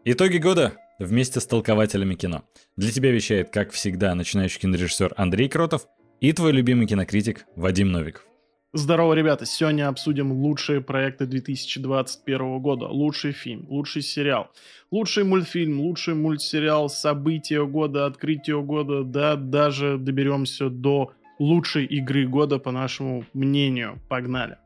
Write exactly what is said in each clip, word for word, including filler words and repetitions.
Итоги года вместе с толкователями кино. Для тебя вещает, как всегда, начинающий кинорежиссер Андрей Кротов и твой любимый кинокритик Вадим Новиков. Здорово, ребята! Сегодня обсудим лучшие проекты две тысячи двадцать первого года. Лучший фильм, лучший сериал, лучший мультфильм, лучший мультсериал, события года, открытие года, да даже доберемся до лучшей игры года, по нашему мнению. Погнали!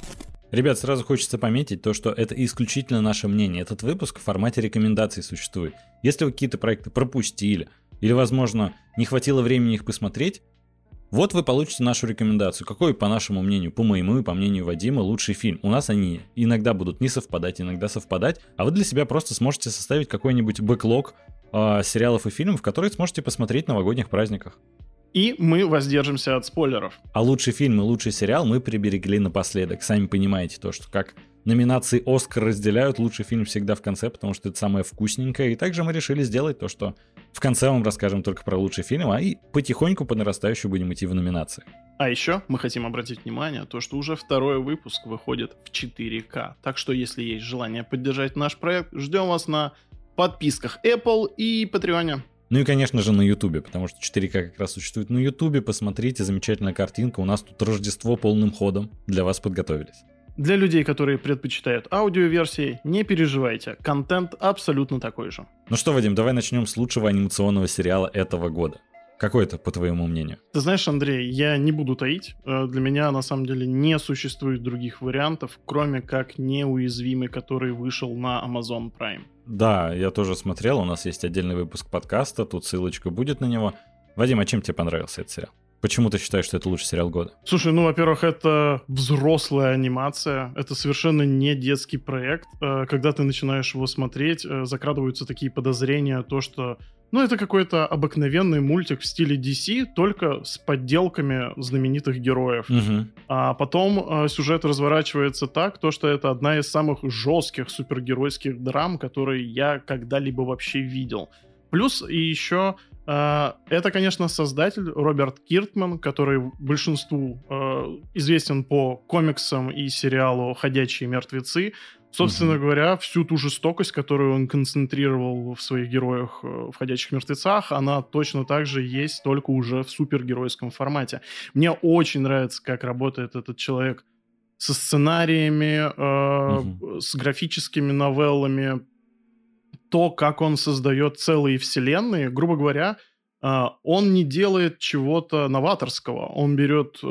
Ребят, сразу хочется пометить то, что это исключительно наше мнение. Этот выпуск в формате рекомендаций существует. Если вы какие-то проекты пропустили, или, возможно, не хватило времени их посмотреть, вот вы получите нашу рекомендацию. Какой, по нашему мнению, по моему и по мнению Вадима, лучший фильм. У нас они иногда будут не совпадать, иногда совпадать, а вы для себя просто сможете составить какой-нибудь бэклог э, сериалов и фильмов, которые сможете посмотреть в новогодних праздниках. И мы воздержимся от спойлеров. А лучший фильм и лучший сериал мы приберегли напоследок. Сами понимаете то, что как номинации «Оскар» разделяют, лучший фильм всегда в конце, потому что это самое вкусненькое. И также мы решили сделать то, что в конце вам расскажем только про лучший фильм, а и потихоньку по нарастающей будем идти в номинации. А еще мы хотим обратить внимание, то, что уже второй выпуск выходит в четыре ка. Так что, если есть желание поддержать наш проект, ждем вас на подписках Apple и Patreon. Ну и, конечно же, на Ютубе, потому что четыре ка как раз существует на Ютубе. Посмотрите, замечательная картинка. У нас тут Рождество полным ходом. Для вас подготовились. Для людей, которые предпочитают аудиоверсии, не переживайте. Контент абсолютно такой же. Ну что, Вадим, давай начнем с лучшего анимационного сериала этого года. Какой это, по твоему мнению? Ты знаешь, Андрей, я не буду таить. Для меня, на самом деле, не существует других вариантов, кроме как «Неуязвимый», который вышел на Amazon Prime. Да, я тоже смотрел, у нас есть отдельный выпуск подкаста, тут ссылочка будет на него. Вадим, а чем тебе понравился этот сериал? Почему ты считаешь, что это лучший сериал года? Слушай, ну, во-первых, это взрослая анимация, это совершенно не детский проект. Когда ты начинаешь его смотреть, закрадываются такие подозрения, то, что, ну, это какой-то обыкновенный мультик в стиле ди си, только с подделками знаменитых героев. Угу. А потом сюжет разворачивается так, то, что это одна из самых жестких супергеройских драм, которые я когда-либо вообще видел. Плюс и еще... Uh, это, конечно, создатель Роберт Киртман, который большинству uh, известен по комиксам и сериалу «Ходячие мертвецы». Собственно mm-hmm. говоря, всю ту жестокость, которую он концентрировал в своих героях uh, в «Ходячих мертвецах», она точно так же есть, только уже в супергеройском формате. Мне очень нравится, как работает этот человек со сценариями, uh, mm-hmm. с графическими новеллами, то, как он создает целые вселенные, грубо говоря, он не делает чего-то новаторского. Он берет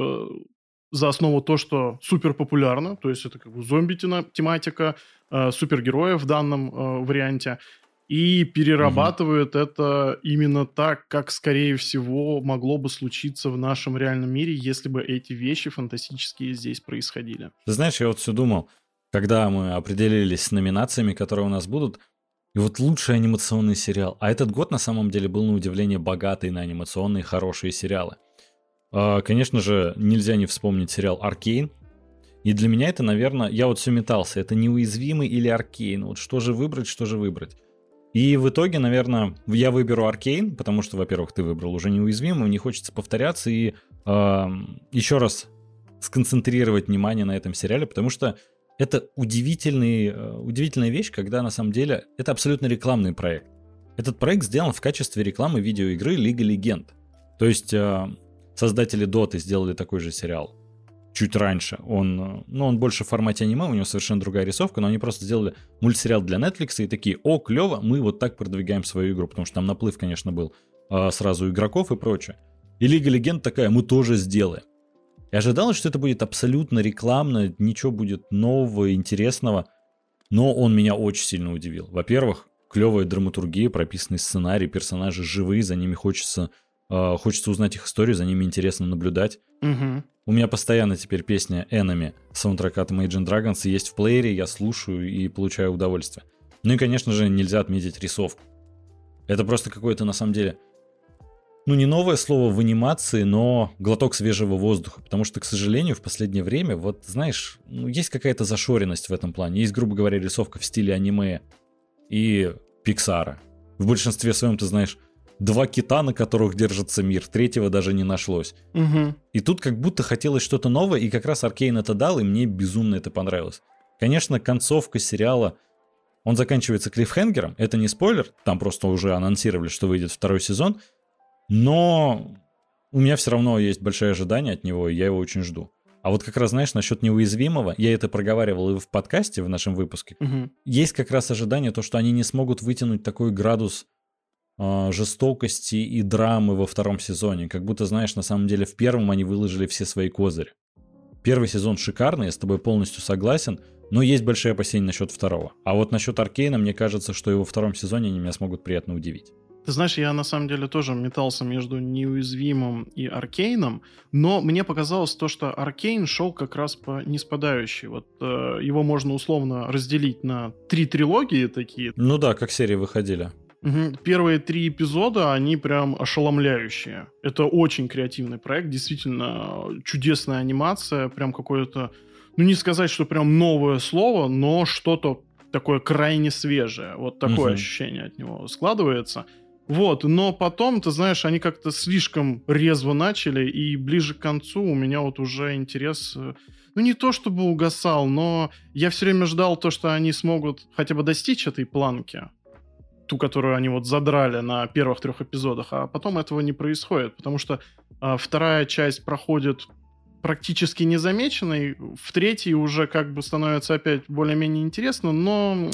за основу то, что супер популярно, то есть это как бы зомби-тематика, супергероев в данном варианте, и перерабатывает угу. это именно так, как, скорее всего, могло бы случиться в нашем реальном мире, если бы эти вещи фантастические здесь происходили. Ты знаешь, я вот все думал, когда мы определились с номинациями, которые у нас будут, и вот лучший анимационный сериал. А этот год, на самом деле, был на удивление богатый на анимационные хорошие сериалы. Конечно же, нельзя не вспомнить сериал «Аркейн». И для меня это, наверное, я вот все метался. Это «Неуязвимый» или «Аркейн». Вот что же выбрать, что же выбрать. И в итоге, наверное, я выберу «Аркейн», потому что, во-первых, ты выбрал уже «Неуязвимый», не хочется повторяться и э, еще раз сконцентрировать внимание на этом сериале, потому что это удивительный, удивительная вещь, когда на самом деле это абсолютно рекламный проект. Этот проект сделан в качестве рекламы видеоигры Лига Легенд. То есть создатели Доты сделали такой же сериал чуть раньше. Он, ну, он больше в формате аниме, у него совершенно другая рисовка, но они просто сделали мультсериал для Netflix и такие: о, клево, мы вот так продвигаем свою игру, потому что там наплыв, конечно, был сразу игроков и прочее. И Лига Легенд такая: мы тоже сделаем. И ожидалось, что это будет абсолютно рекламно, ничего будет нового, интересного. Но он меня очень сильно удивил. Во-первых, клевая драматургия, прописанный сценарий, персонажи живые, за ними хочется, э, хочется узнать их историю, за ними интересно наблюдать. Угу. У меня постоянно теперь песня Enemy саундтрека от Imagine Dragons есть в плеере, я слушаю и получаю удовольствие. Ну и, конечно же, нельзя отметить рисовку. Это просто какое-то, на самом деле... Ну, не новое слово в анимации, но глоток свежего воздуха. Потому что, к сожалению, в последнее время, вот, знаешь, ну, есть какая-то зашоренность в этом плане. Есть, грубо говоря, рисовка в стиле аниме и Пиксара. В большинстве своем, ты знаешь, два кита, на которых держится мир, третьего даже не нашлось. Угу. И тут как будто хотелось что-то новое, и как раз Аркейн это дал, и мне безумно это понравилось. Конечно, концовка сериала, Он заканчивается клиффхенгером, это не спойлер, там просто уже анонсировали, что выйдет второй сезон, но у меня все равно есть большое ожидание от него, и я его очень жду. А вот как раз, знаешь, насчет неуязвимого, я это проговаривал и в подкасте, в нашем выпуске, Угу. есть как раз ожидание, то, что они не смогут вытянуть такой градус э, жестокости и драмы во втором сезоне, как будто, знаешь, на самом деле в первом они выложили все свои козыри. Первый сезон шикарный, я с тобой полностью согласен, но есть большие опасения насчет второго. А вот насчет Аркейна, мне кажется, что и во втором сезоне они меня смогут приятно удивить. Ты знаешь, я на самом деле тоже метался между неуязвимым и Аркейном, но мне показалось то, что Аркейн шел как раз по ниспадающей. Вот э, его можно условно разделить на три трилогии такие. Ну да, как серии выходили. Угу. Первые три эпизода, они прям ошеломляющие. Это очень креативный проект, действительно чудесная анимация, прям какое-то, ну не сказать, что прям новое слово, но что-то такое крайне свежее. Вот такое Мгм. ощущение от него складывается. Вот, но потом, ты знаешь, они как-то слишком резво начали, и ближе к концу у меня вот уже интерес, э, ну не то чтобы угасал, но я все время ждал то, что они смогут хотя бы достичь этой планки, ту, которую они вот задрали на первых трех эпизодах, а потом этого не происходит, потому что а, вторая часть проходит практически незамеченной, в третьей уже как бы становится опять более-менее интересно, но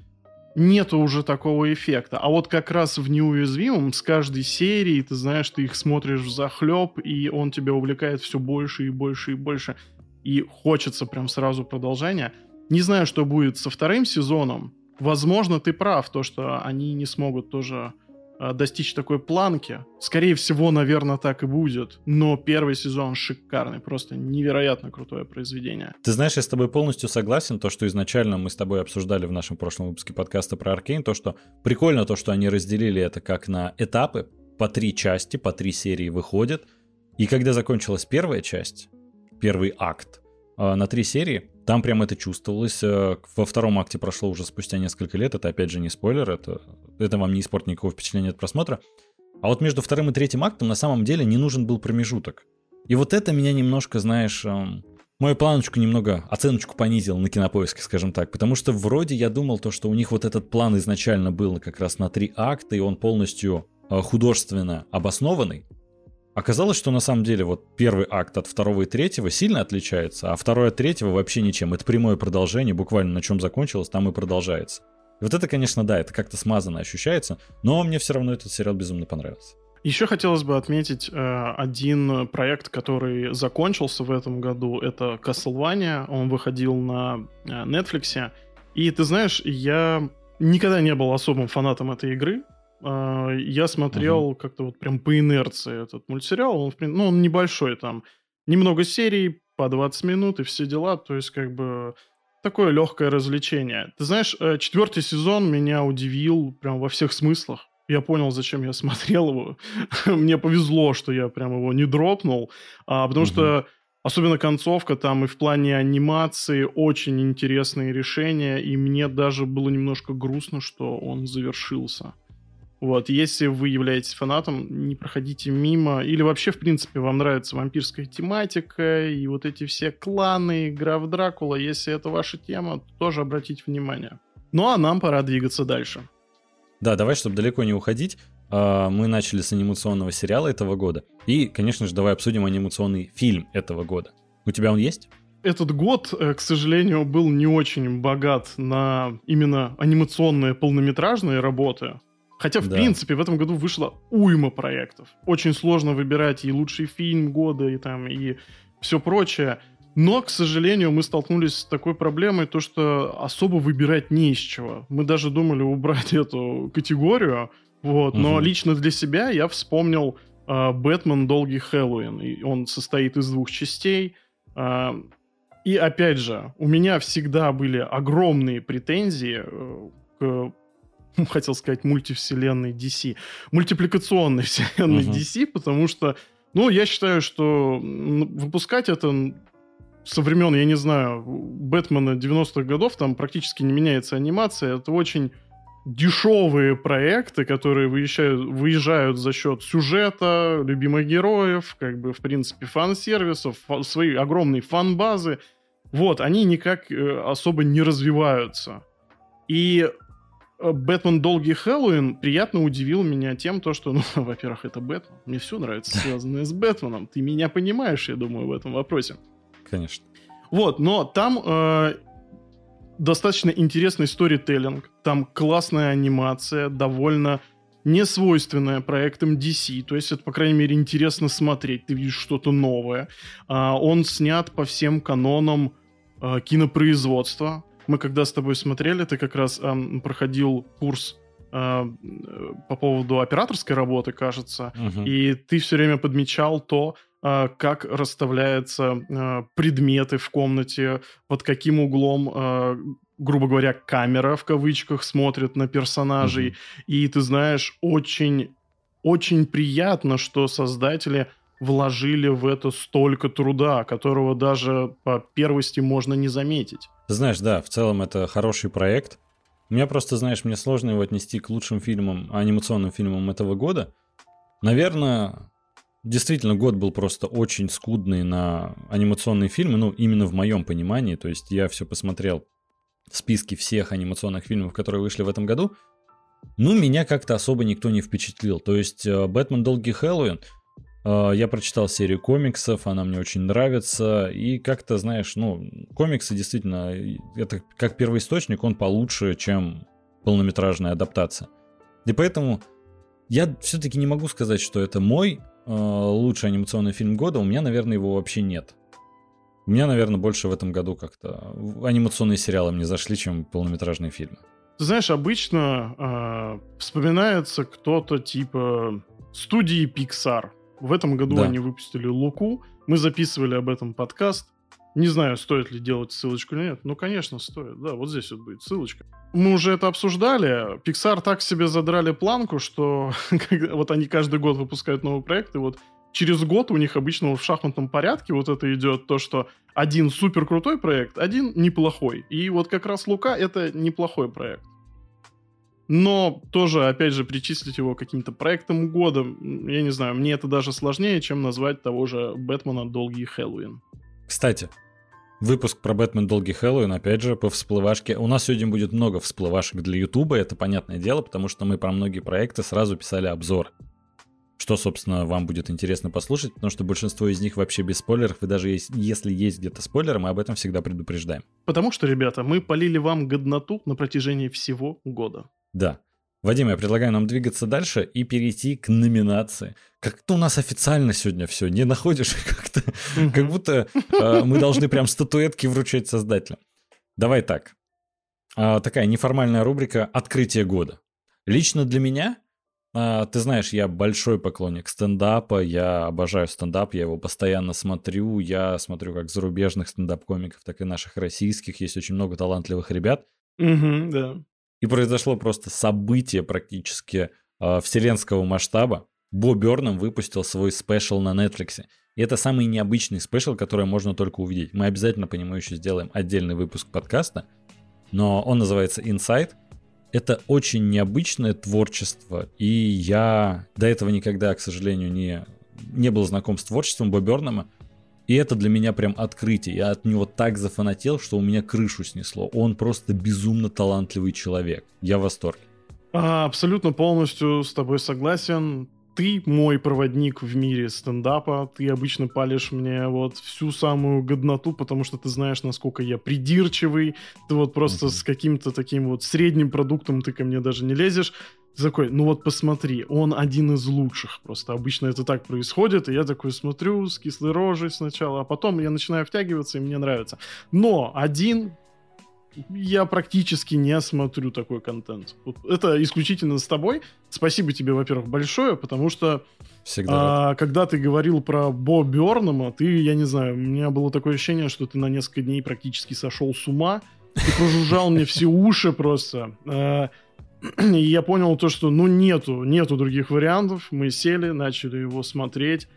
нету уже такого эффекта. А вот как раз в «Неуязвимом» с каждой серии, ты знаешь, ты их смотришь взахлеб, и он тебя увлекает все больше и больше и больше. И хочется прям сразу продолжения. Не знаю, что будет со вторым сезоном. Возможно, ты прав, то, что они не смогут тоже э, достичь такой планки. Скорее всего, наверное, так и будет. Но первый сезон шикарный, просто невероятно крутое произведение. Ты знаешь, я с тобой полностью согласен, то, что изначально мы с тобой обсуждали в нашем прошлом выпуске подкаста про Аркейн, то, что прикольно то, что они разделили это как на этапы, по три части, по три серии выходят, и когда закончилась первая часть, первый акт, э, на три серии, там прям это чувствовалось. Э, Во втором акте прошло уже спустя несколько лет, это опять же не спойлер, это, это вам не испортит никакого впечатления от просмотра. А вот между вторым и третьим актом на самом деле не нужен был промежуток. И вот это меня немножко, знаешь, эм, мою планочку немного, оценочку понизил на Кинопоиске, скажем так, потому что вроде я думал то, что у них вот этот план изначально был как раз на три акта, и он полностью э, художественно обоснованный. Оказалось, что на самом деле вот первый акт от второго и третьего сильно отличается, а второй от третьего вообще ничем. Это прямое продолжение, буквально на чем закончилось, там и продолжается. И вот это, конечно, да, это как-то смазанно ощущается, но мне все равно этот сериал безумно понравился. Еще хотелось бы отметить э, один проект, который закончился в этом году. Это Castlevania. Он выходил на э, Netflix. И ты знаешь, я никогда не был особым фанатом этой игры. Э, я смотрел uh-huh. как-то вот прям по инерции этот мультсериал. Он, в принципе, ну, он небольшой, там немного серий, по двадцать минут и все дела. То есть как бы такое легкое развлечение. Ты знаешь, э, четвертый сезон меня удивил прям во всех смыслах. Я понял, зачем я смотрел его. Мне повезло, что я прям его не дропнул. А, потому угу. что особенно концовка, там и в плане анимации очень интересные решения. И мне даже было немножко грустно, что он завершился. Вот, если вы являетесь фанатом, не проходите мимо. Или вообще, в принципе, вам нравится вампирская тематика и вот эти все кланы, игра в Дракула. Если это ваша тема, то тоже обратите внимание. Ну, а нам пора двигаться дальше. Да, давай, чтобы далеко не уходить, мы начали с анимационного сериала этого года. И, конечно же, давай обсудим анимационный фильм этого года. У тебя он есть? Этот год, к сожалению, был не очень богат на именно анимационные полнометражные работы. Хотя, в да. принципе, в этом году вышло уйма проектов. Очень сложно выбирать и лучший фильм года, и там, и все прочее. Но, к сожалению, мы столкнулись с такой проблемой, то что особо выбирать не из чего. Мы даже думали убрать эту категорию, вот. Угу. Но лично для себя я вспомнил э, «Бэтмен. Долгий Хэллоуин». И он состоит из двух частей. Э, и, опять же, у меня всегда были огромные претензии э, к... хотел сказать мультивселенной ди си, мультипликационной вселенной uh-huh. ди си, потому что, ну, я считаю, что выпускать это со времен, я не знаю, Бэтмена девяностых годов, там практически не меняется анимация, это очень дешевые проекты, которые выезжают, выезжают за счет сюжета, любимых героев, как бы, в принципе, фан-сервисов, фан- своей огромной фан-базы. Вот, они никак э, особо не развиваются. И Бэтмен Долгий Хэллоуин приятно удивил меня тем, то, что, ну, во-первых, это Бэтмен. Мне все нравится, связанное с Бэтменом. Ты меня понимаешь, я думаю, в этом вопросе. Конечно. Вот, но там э, достаточно интересный сторителлинг. Там классная анимация, довольно несвойственная проектам ди си. То есть это, по крайней мере, интересно смотреть. Ты видишь что-то новое. А, он снят по всем канонам а, кинопроизводства. Мы когда с тобой смотрели, ты как раз а, проходил курс а, по поводу операторской работы, кажется. Угу. И ты все время подмечал то, а, как расставляются а, предметы в комнате, под каким углом... А, грубо говоря, камера в кавычках смотрит на персонажей. Mm-hmm. И ты знаешь, очень, очень приятно, что создатели вложили в это столько труда, которого даже по первости можно не заметить. Ты знаешь, да, в целом это хороший проект. У меня просто, знаешь, мне сложно его отнести к лучшим фильмам, анимационным фильмам этого года. Наверное, действительно, год был просто очень скудный на анимационные фильмы, ну, именно в моем понимании. То есть я все посмотрел списки всех анимационных фильмов, которые вышли в этом году, ну, меня как-то особо никто не впечатлил. То есть «Бэтмен. Долгий Хэллоуин», я прочитал серию комиксов, она мне очень нравится, и как-то, знаешь, ну, комиксы действительно, это как первоисточник, он получше, чем полнометражная адаптация. И поэтому я все-таки не могу сказать, что это мой э, лучший анимационный фильм года, у меня, наверное, его вообще нет. У меня, наверное, больше в этом году как-то анимационные сериалы мне зашли, чем полнометражные фильмы. Ты знаешь, обычно э, вспоминается кто-то типа студии Pixar. В этом году да. они выпустили Луку. Мы записывали об этом подкаст. Не знаю, стоит ли делать ссылочку или нет. Ну, конечно, стоит. Да, вот здесь вот будет ссылочка. Мы уже это обсуждали. Pixar так себе задрали планку, что вот они каждый год выпускают новый проект, и вот через год у них обычно в шахматном порядке вот это идет то, что один супер крутой проект, один неплохой. И вот как раз Лука — это неплохой проект. Но тоже, опять же, причислить его к каким-то проектам года, я не знаю, мне это даже сложнее, чем назвать того же Бэтмена Долгий Хэллоуин. Кстати, выпуск про Бэтмен Долгий Хэллоуин, опять же, по всплывашке. У нас сегодня будет много всплывашек для Ютуба, это понятное дело, потому что мы про многие проекты сразу писали обзор. Что, собственно, вам будет интересно послушать, потому что большинство из них вообще без спойлеров, и даже есть, если есть где-то спойлеры, мы об этом всегда предупреждаем. Потому что, ребята, мы полили вам годноту на протяжении всего года. Да. Вадим, я предлагаю нам двигаться дальше и перейти к номинации. Как-то у нас официально сегодня все, не находишь? Как-то, mm-hmm. как будто э, мы должны прям статуэтки вручать создателям. Давай так. Э, такая неформальная рубрика «Открытие года». Лично для меня... Ты знаешь, я большой поклонник стендапа, я обожаю стендап, я его постоянно смотрю, я смотрю как зарубежных стендап-комиков, так и наших российских, есть очень много талантливых ребят. Угу, да. И произошло просто событие практически э, вселенского масштаба. Бо Бёрнам выпустил свой спешл на Netflix. И это самый необычный спешл, который можно только увидеть. Мы обязательно по нему еще сделаем отдельный выпуск подкаста, но он называется «Inside». Это очень необычное творчество, и я до этого никогда, к сожалению, не, не был знаком с творчеством Бо Бёрнама, и это для меня прям открытие. Я от него так зафанател, что у меня крышу снесло. Он просто безумно талантливый человек. Я в восторге. А, абсолютно полностью с тобой согласен. Ты мой проводник в мире стендапа. Ты обычно палишь мне вот всю самую годноту, потому что ты знаешь, насколько я придирчивый. Ты вот просто mm-hmm. с каким-то таким вот средним продуктом ты ко мне даже не лезешь. Ты такой, ну вот посмотри, он один из лучших. Просто обычно это так происходит, и я такой смотрю с кислой рожей сначала, а потом я начинаю втягиваться, и мне нравится. Но один... Я практически не смотрю такой контент. Вот это исключительно с тобой. Спасибо тебе, во-первых, большое, потому что а, когда ты говорил про Бо Бёрнама, ты, я не знаю, у меня было такое ощущение, что ты на несколько дней практически сошел с ума. Ты прожужжал мне все уши просто. А, и я понял то, что ну нету, нету других вариантов. Мы сели, начали его смотреть.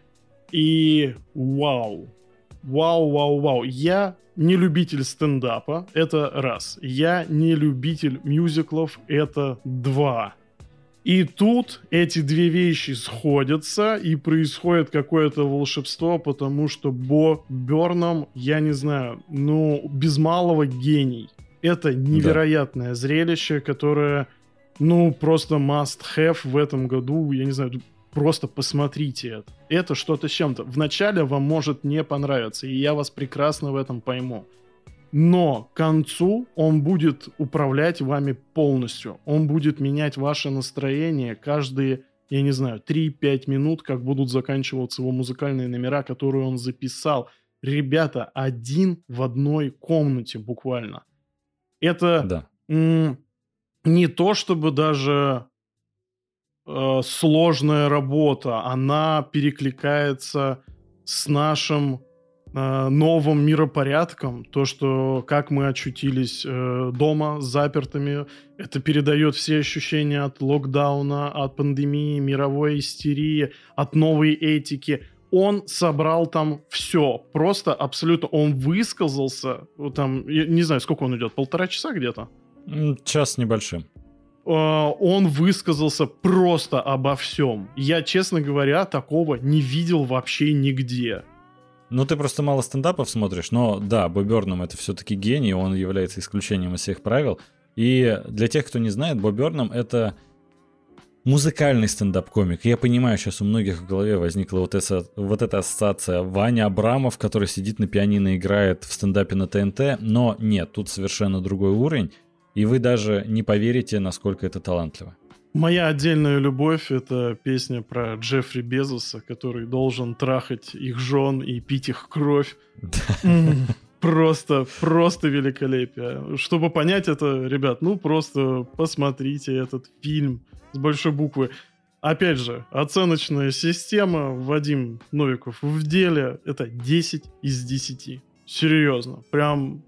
И вау. Вау, вау, вау. Я не любитель стендапа, это раз. Я не любитель мюзиклов, это два. И тут эти две вещи сходятся, и происходит какое-то волшебство, потому что Бо Бёрнам, я не знаю, ну, без малого гений. Это невероятное да. зрелище, которое Ну, просто must have в этом году, я не знаю, просто посмотрите это. Это что-то с чем-то. Вначале вам может не понравиться, и я вас прекрасно в этом пойму. Но к концу он будет управлять вами полностью. Он будет менять ваше настроение каждые, я не знаю, три-пять минут, как будут заканчиваться его музыкальные номера, которые он записал. Ребята, один в одной комнате буквально. Это Да. м- не то, чтобы даже э, сложная работа. Она перекликается с нашим э, новым миропорядком. То, что как мы очутились э, дома запертыми, это передает все ощущения от локдауна, от пандемии, мировой истерии, от новой этики. Он собрал там все. Просто абсолютно. Он высказался. Там, я не знаю, сколько он идет, полтора часа где-то? М, Час с небольшим. Э, Он высказался просто обо всем. Я, честно говоря, такого не видел вообще нигде. Ну, ты просто мало стендапов смотришь, но да, Боб Бёрнам — это все-таки гений, он является исключением из всех правил. И для тех, кто не знает, Боб Бёрнам — это музыкальный стендап-комик. Я понимаю, сейчас у многих в голове возникла вот, эта, вот эта ассоциация. Ваня Абрамов, который сидит на пианино, играет в стендапе на ТНТ, но нет, тут совершенно другой уровень, и вы даже не поверите, насколько это талантливо. Моя отдельная любовь — это песня про Джеффри Безоса, который должен трахать их жен и пить их кровь. М, Просто, просто великолепие. Чтобы понять это, ребят, ну просто посмотрите этот фильм с большой буквы. Опять же, оценочная система, Вадим Новиков в деле, это десять из десяти. Серьезно, прям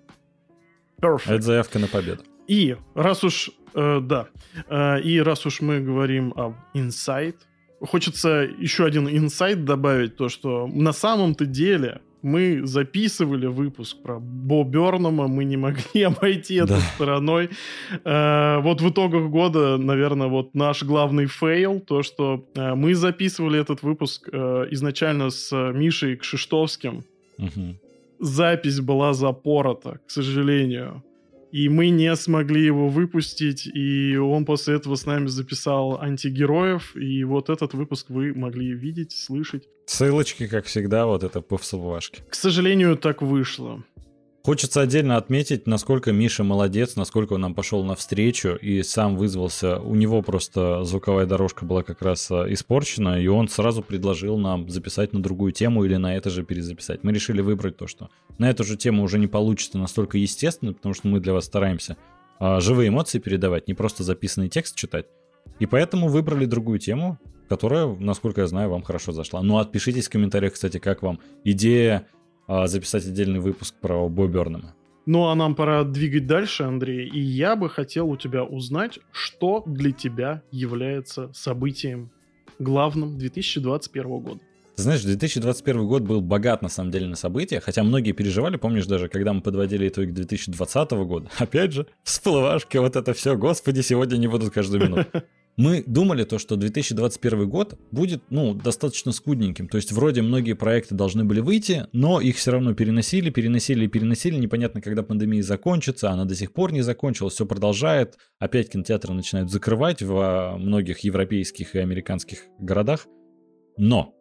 perfect. Это заявка на победу. И раз уж, э, да, э, и раз уж мы говорим об инсайт, хочется еще один инсайт добавить, то, что на самом-то деле мы записывали выпуск про Бо Бёрнама, мы не могли обойти это Да. стороной. Э, вот в итогах года, наверное, вот наш главный фейл, то, что э, мы записывали этот выпуск э, изначально с Мишей Кшиштовским. Мгм. Запись была запорота, к сожалению. И мы не смогли его выпустить, и он после этого с нами записал антигероев, и вот этот выпуск вы могли видеть, слышать. Ссылочки, как всегда, вот это по всплывашке. К сожалению, так вышло. Хочется отдельно отметить, насколько Миша молодец, насколько он нам пошел навстречу и сам вызвался. У него просто звуковая дорожка была как раз а, испорчена, и он сразу предложил нам записать на другую тему или на это же перезаписать. Мы решили выбрать то, что на эту же тему уже не получится настолько естественно, потому что мы для вас стараемся а, живые эмоции передавать, не просто записанный текст читать. И поэтому выбрали другую тему, которая, насколько я знаю, вам хорошо зашла. Ну, отпишитесь в комментариях, кстати, как вам идея записать отдельный выпуск про Бо Бёрнама. Ну, а нам пора двигать дальше, Андрей, и я бы хотел у тебя узнать, что для тебя является событием главным две тысячи двадцать первого года. Ты знаешь, две тысячи двадцать первый год был богат на самом деле на события, хотя многие переживали, помнишь, даже когда мы подводили итоги две тысячи двадцатого года, опять же, всплывашки, вот это все, господи, сегодня не будут каждую минуту. Мы думали то, что две тысячи двадцать первый год будет, ну, достаточно скудненьким. То есть вроде многие проекты должны были выйти, но их все равно переносили, переносили и переносили. Непонятно, когда пандемия закончится, она до сих пор не закончилась, все продолжает. Опять кинотеатры начинают закрывать в многих европейских и американских городах. Но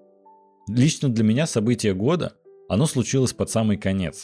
лично для меня событие года, оно случилось под самый конец.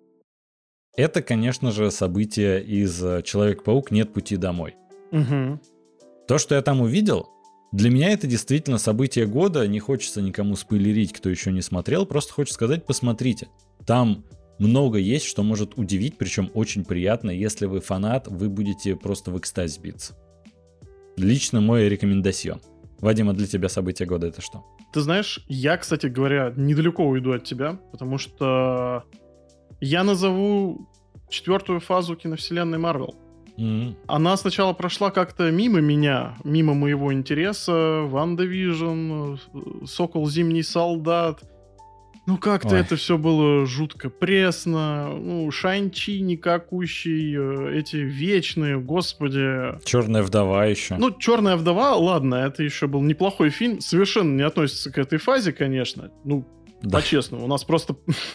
Это, конечно же, событие из «Человек-паук. Нет пути домой». Угу. То, что я там увидел, для меня это действительно событие года. Не хочется никому спойлерить, кто еще не смотрел. Просто хочется сказать, посмотрите. Там много есть, что может удивить, причем очень приятно. Если вы фанат, вы будете просто в экстазе биться. Лично мой рекомендацион. Вадим, а для тебя событие года это что? Ты знаешь, я, кстати говоря, недалеко уйду от тебя, потому что я назову четвертую фазу киновселенной Марвел. Mm-hmm. Она сначала прошла как-то мимо меня, мимо моего интереса. Ванда Вижн, Сокол Зимний Солдат. Ну, как-то Ой. это все было жутко пресно. Ну, Шань-Чи никакущий, эти вечные, господи. Черная вдова еще. Ну, Черная вдова, ладно, это еще был неплохой фильм. Совершенно не относится к этой фазе, конечно. Ну, Да. По-честному. У нас просто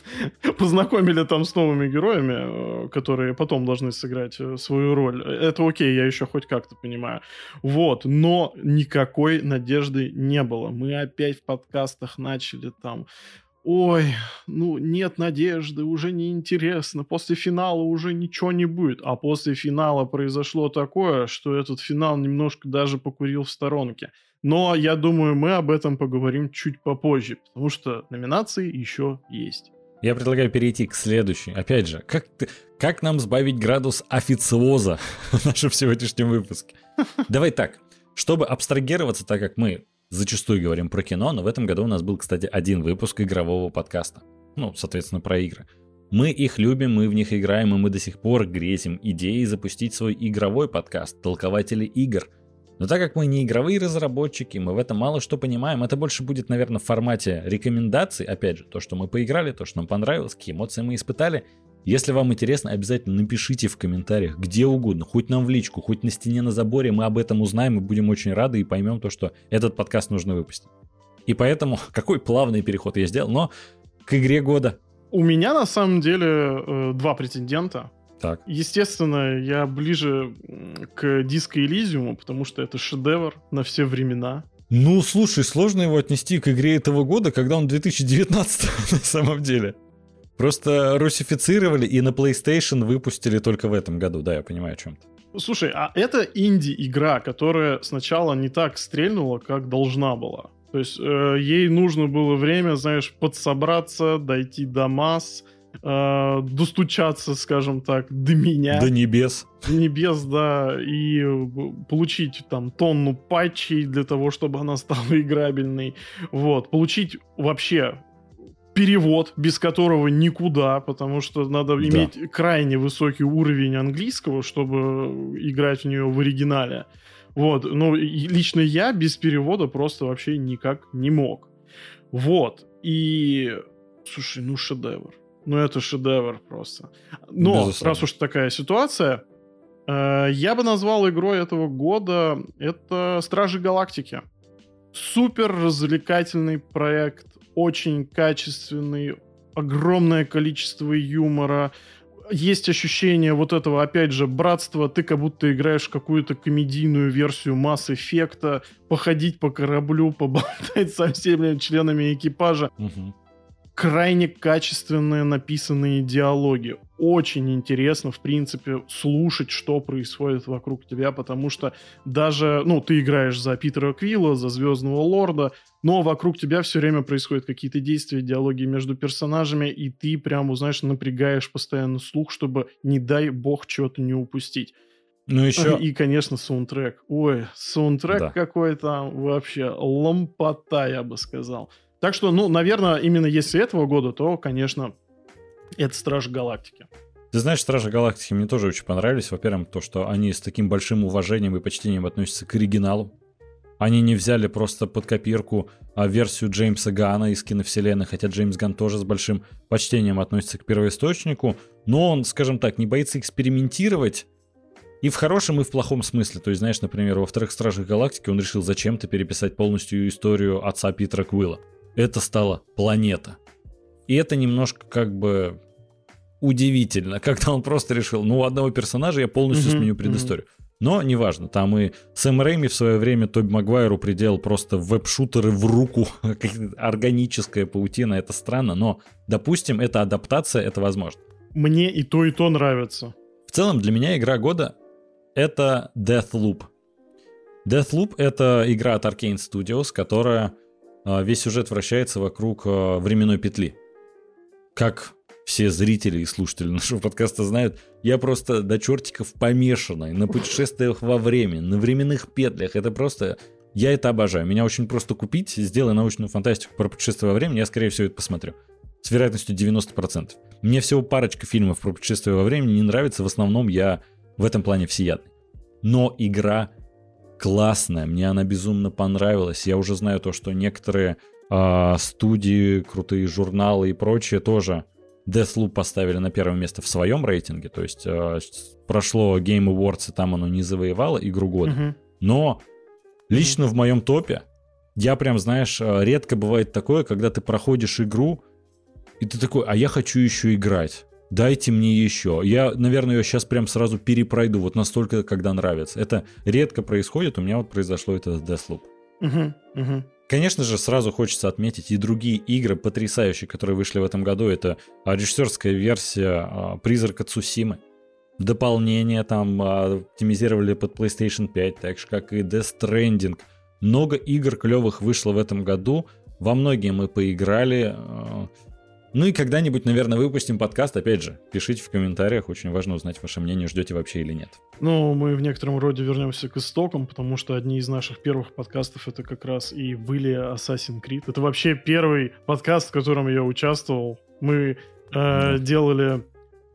познакомили там с новыми героями, которые потом должны сыграть свою роль. Это окей, я еще хоть как-то понимаю. Вот. Но никакой надежды не было. Мы опять в подкастах начали там... Ой, ну нет надежды, уже неинтересно, после финала уже ничего не будет. А после финала произошло такое, что этот финал немножко даже покурил в сторонке. Но я думаю, мы об этом поговорим чуть попозже, потому что номинации еще есть. Я предлагаю перейти к следующей. Опять же, как, ты, как нам сбавить градус официоза в нашем сегодняшнем выпуске? Давай так, чтобы абстрагироваться, так как мы... зачастую говорим про кино, но в этом году у нас был, кстати, один выпуск игрового подкаста. Ну, соответственно, про игры. Мы их любим, мы в них играем, и мы до сих пор грезим идеей запустить свой игровой подкаст «Толкователи игр». Но так как мы не игровые разработчики, мы в этом мало что понимаем, это больше будет, наверное, в формате рекомендаций. Опять же, то, что мы поиграли, то, что нам понравилось, какие эмоции мы испытали. Если вам интересно, обязательно напишите в комментариях, где угодно, хоть нам в личку, хоть на стене на заборе, мы об этом узнаем и будем очень рады и поймем то, что этот подкаст нужно выпустить. И поэтому, какой плавный переход я сделал, но к игре года. У меня на самом деле э, два претендента. Так. Естественно, я ближе к Disco Elysium, потому что это шедевр на все времена. Ну, слушай, сложно его отнести к игре этого года, когда он две тысячи девятнадцатый на самом деле. Просто русифицировали и на PlayStation выпустили только в этом году. Да, я понимаю, о чем ты. Слушай, а это инди-игра, которая сначала не так стрельнула, как должна была. То есть э, ей нужно было время, знаешь, подсобраться, дойти до масс, э, достучаться, скажем так, до меня. До небес. До небес, да, и получить там тонну патчей для того, чтобы она стала играбельной. Вот, получить вообще... перевод, без которого никуда, потому что надо да. иметь крайне высокий уровень английского, чтобы играть в нее в оригинале. Вот. Ну, лично я без перевода просто вообще никак не мог. Вот. И... Слушай, ну шедевр. Ну это шедевр просто. Но, безусловно, раз уж такая ситуация, э, я бы назвал игрой этого года это Стражи Галактики. Супер развлекательный проект, очень качественный, огромное количество юмора. Есть ощущение вот этого, опять же, братства. Ты как будто играешь в какую-то комедийную версию Mass Effect, походить по кораблю, поболтать со всеми членами экипажа. Угу. Крайне качественные написанные диалоги. Очень интересно, в принципе, слушать, что происходит вокруг тебя, потому что даже, ну, ты играешь за Питера Квилла, за Звездного Лорда, но вокруг тебя все время происходят какие-то действия, диалоги между персонажами, и ты прям, знаешь, напрягаешь постоянно слух, чтобы, не дай бог, чего-то не упустить. Ну, еще... И, конечно, саундтрек. Ой, саундтрек да. какой-то вообще лампота, я бы сказал. Так что, ну, наверное, именно если этого года, то, конечно, это Стражи Галактики. Ты знаешь, Стражи Галактики мне тоже очень понравились. Во-первых, то, что они с таким большим уважением и почтением относятся к оригиналу. Они не взяли просто под копирку а, версию Джеймса Ганна из киновселенной, хотя Джеймс Ганн тоже с большим почтением относится к первоисточнику, но он, скажем так, не боится экспериментировать и в хорошем, и в плохом смысле. То есть, знаешь, например, во вторых Стражах Галактики он решил зачем-то переписать полностью историю отца Питера Квилла. Это стала планета. И это немножко как бы удивительно, когда он просто решил, ну, у одного персонажа я полностью mm-hmm, сменю предысторию. Mm-hmm. Но неважно, там и Сэм Рэйми в свое время Тоби Магуайру приделал просто веб-шутеры в руку, органическая паутина, это странно, но, допустим, это адаптация, это возможно. Мне и то, и то нравится. В целом, для меня игра года — это Deathloop. Deathloop — это игра от Arkane Studios, которая... Весь сюжет вращается вокруг временной петли. Как все зрители и слушатели нашего подкаста знают, я просто до чертиков помешанный на путешествиях во времени, на временных петлях. Это просто... Я это обожаю. Меня очень просто купить, сделай научную фантастику про путешествие во времени, я, скорее всего, это посмотрю. С вероятностью девяносто процентов. Мне всего парочка фильмов про путешествие во времени не нравится. В основном я в этом плане всеядный. Но игра... классная, мне она безумно понравилась. Я уже знаю то, что некоторые э, студии, крутые журналы и прочее тоже Deathloop поставили на первое место в своем рейтинге. То есть э, прошло Game Awards, и там оно не завоевало игру года. Uh-huh. Но лично uh-huh. в моем топе Я прям, знаешь, редко бывает такое, когда ты проходишь игру, и ты такой, а я хочу еще играть. Дайте мне еще. Я, наверное, ее сейчас прям сразу перепройду. Вот настолько, когда нравится. Это редко происходит. У меня вот произошло это с Deathloop. Угу, угу. Конечно же, сразу хочется отметить и другие игры потрясающие, которые вышли в этом году. Это режиссерская версия «Призрака Цусимы». Дополнение там оптимизировали под PlayStation пять, так же, как и Death Stranding. Много игр клевых вышло в этом году. Во многие мы поиграли. Ну и когда-нибудь, наверное, выпустим подкаст. Опять же, пишите в комментариях. Очень важно узнать ваше мнение, ждете вообще или нет. Ну, мы в некотором роде вернемся к истокам, потому что одни из наших первых подкастов это как раз и были Assassin's Creed. Это вообще первый подкаст, в котором я участвовал. Мы э, да. делали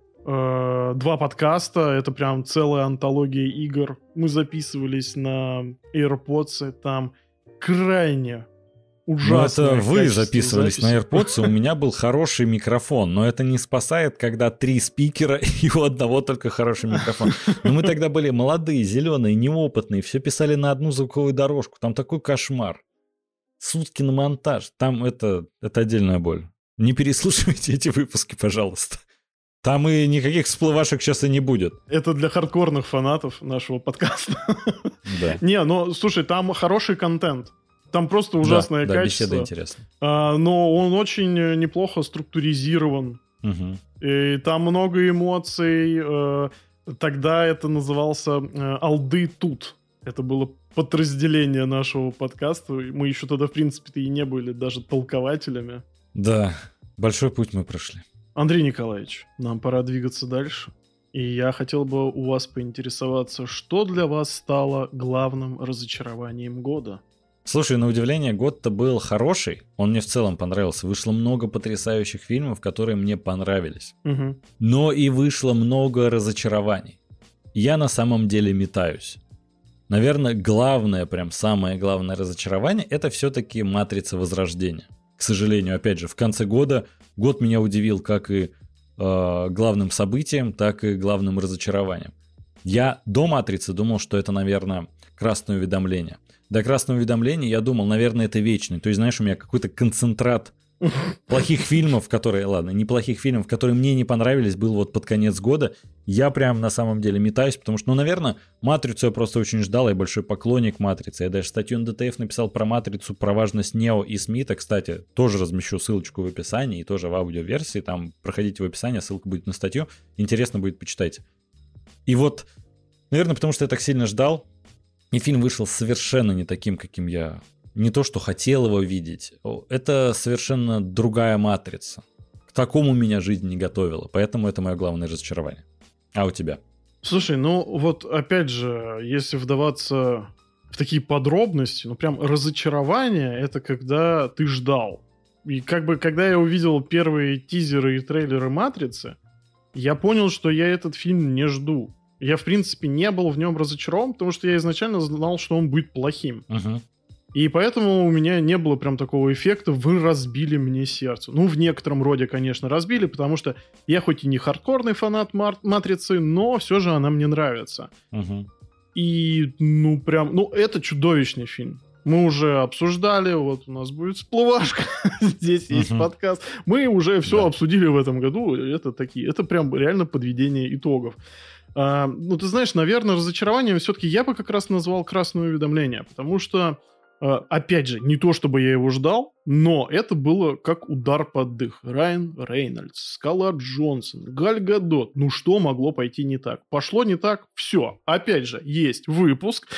э, два подкаста. Это прям целая антология игр. Мы записывались на AirPods. Там крайне... Ужасно. Ну, это вы записывались записи. На AirPods, у меня был хороший микрофон, но это не спасает, когда три спикера и у одного только хороший микрофон. Но мы тогда были молодые, зеленые, неопытные, все писали на одну звуковую дорожку, там такой кошмар. Сутки на монтаж, там это, это отдельная боль. Не переслушивайте эти выпуски, пожалуйста. Там и никаких всплывашек сейчас и не будет. Это для хардкорных фанатов нашего подкаста. Да. Не, ну, слушай, там хороший контент. Там просто ужасное да, качество. Да, беседа интересная. А, но он очень неплохо структуризирован. Угу. И там много эмоций. Тогда это назывался «Алды тут». Это было подразделение нашего подкаста. Мы еще тогда, в принципе-то, и не были даже толкователями. Да, большой путь мы прошли. Андрей Николаевич, нам пора двигаться дальше. И я хотел бы у вас поинтересоваться, что для вас стало главным разочарованием года? Слушай, на удивление, год-то был хороший. Он мне в целом понравился. Вышло много потрясающих фильмов, которые мне понравились. Угу. Но и вышло много разочарований. Я на самом деле метаюсь. Наверное, главное, прям самое главное разочарование — это все-таки «Матрица. Возрождение». К сожалению, опять же, в конце года год меня удивил как и э, главным событием, так и главным разочарованием. Я до «Матрицы» думал, что это, наверное, «Красное уведомление». До «Красного уведомления» я думал, наверное, это вечный. То есть, знаешь, у меня какой-то концентрат плохих фильмов, которые, ладно, неплохих фильмов, которые мне не понравились, был вот под конец года. Я прям на самом деле метаюсь, потому что, ну, наверное, «Матрицу» я просто очень ждал, я большой поклонник «Матрицы». Я даже статью на ди ти эф написал про «Матрицу», про важность Нео и Смита. Кстати, тоже размещу ссылочку в описании и тоже в аудиоверсии. Там проходите в описание, ссылка будет на статью. Интересно будет, почитайте. И вот, наверное, потому что я так сильно ждал, и фильм вышел совершенно не таким, каким я не то что хотел его видеть. Это совершенно другая «Матрица». К такому меня жизнь не готовила. Поэтому это мое главное разочарование. А у тебя? Слушай, ну вот опять же, если вдаваться в такие подробности, ну прям разочарование — это когда ты ждал. И как бы когда я увидел первые тизеры и трейлеры «Матрицы», я понял, что я этот фильм не жду. Я, в принципе, не был в нем разочарован, потому что я изначально знал, что он будет плохим. Uh-huh. И поэтому у меня не было прям такого эффекта «вы разбили мне сердце». Ну, в некотором роде, конечно, разбили, потому что я хоть и не хардкорный фанат мар- «Матрицы», но все же она мне нравится. Uh-huh. И, ну, прям... Ну, это чудовищный фильм. Мы уже обсуждали, вот у нас будет всплывашка, здесь есть uh-huh. подкаст. Мы уже все да. обсудили в этом году. Это такие, это прям реально подведение итогов. А, ну, ты знаешь, наверное, разочарованием все-таки я бы как раз назвал «Красное уведомление», потому что, а, опять же, не то чтобы я его ждал, но это было как удар под дых. Райан Рейнольдс, Скарлетт Джонсон, Галь Гадот. Ну, что могло пойти не так? Пошло не так, все. Опять же, есть выпуск.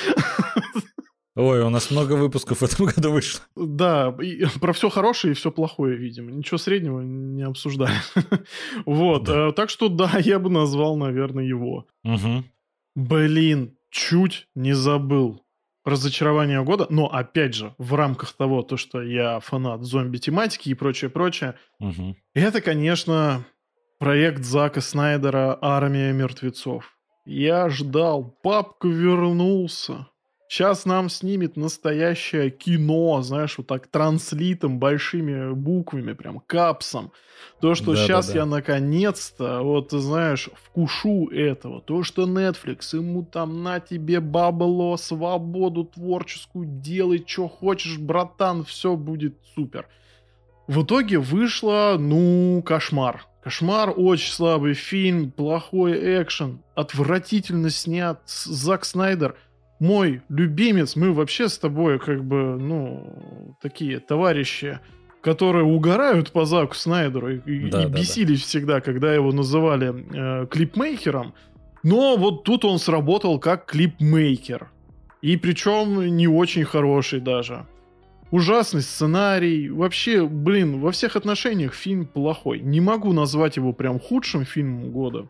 Ой, у нас много выпусков в этом году вышло. Да, и про все хорошее и все плохое, видимо. Ничего среднего не обсуждали. Вот, да. Так что да, я бы назвал, наверное, его. Угу. Блин, чуть не забыл. Разочарование года, но опять же, в рамках того, то, что я фанат зомби-тематики и прочее-прочее, угу. это, конечно, проект Зака Снайдера «Армия мертвецов». Я ждал, папка вернулся. Сейчас нам снимет настоящее кино, знаешь, вот так транслитом, большими буквами, прям капсом. То, что сейчас Да-да-да. я наконец-то, вот ты знаешь, вкушу этого. То, что Netflix, ему там на тебе бабло, свободу творческую, делай, что хочешь, братан, все будет супер. В итоге вышло, ну, кошмар. Кошмар, очень слабый фильм, плохой экшен, отвратительно снят. С- Зак Снайдер, мой любимец, мы вообще с тобой как бы, ну, такие товарищи, которые угорают по Заку Снайдеру и, и- и Да-да-да. бесились всегда, когда его называли э, клипмейкером. Но вот тут он сработал как клипмейкер. И причем не очень хороший даже. Ужасный сценарий. Вообще, блин, во всех отношениях фильм плохой. Не могу назвать его прям худшим фильмом года.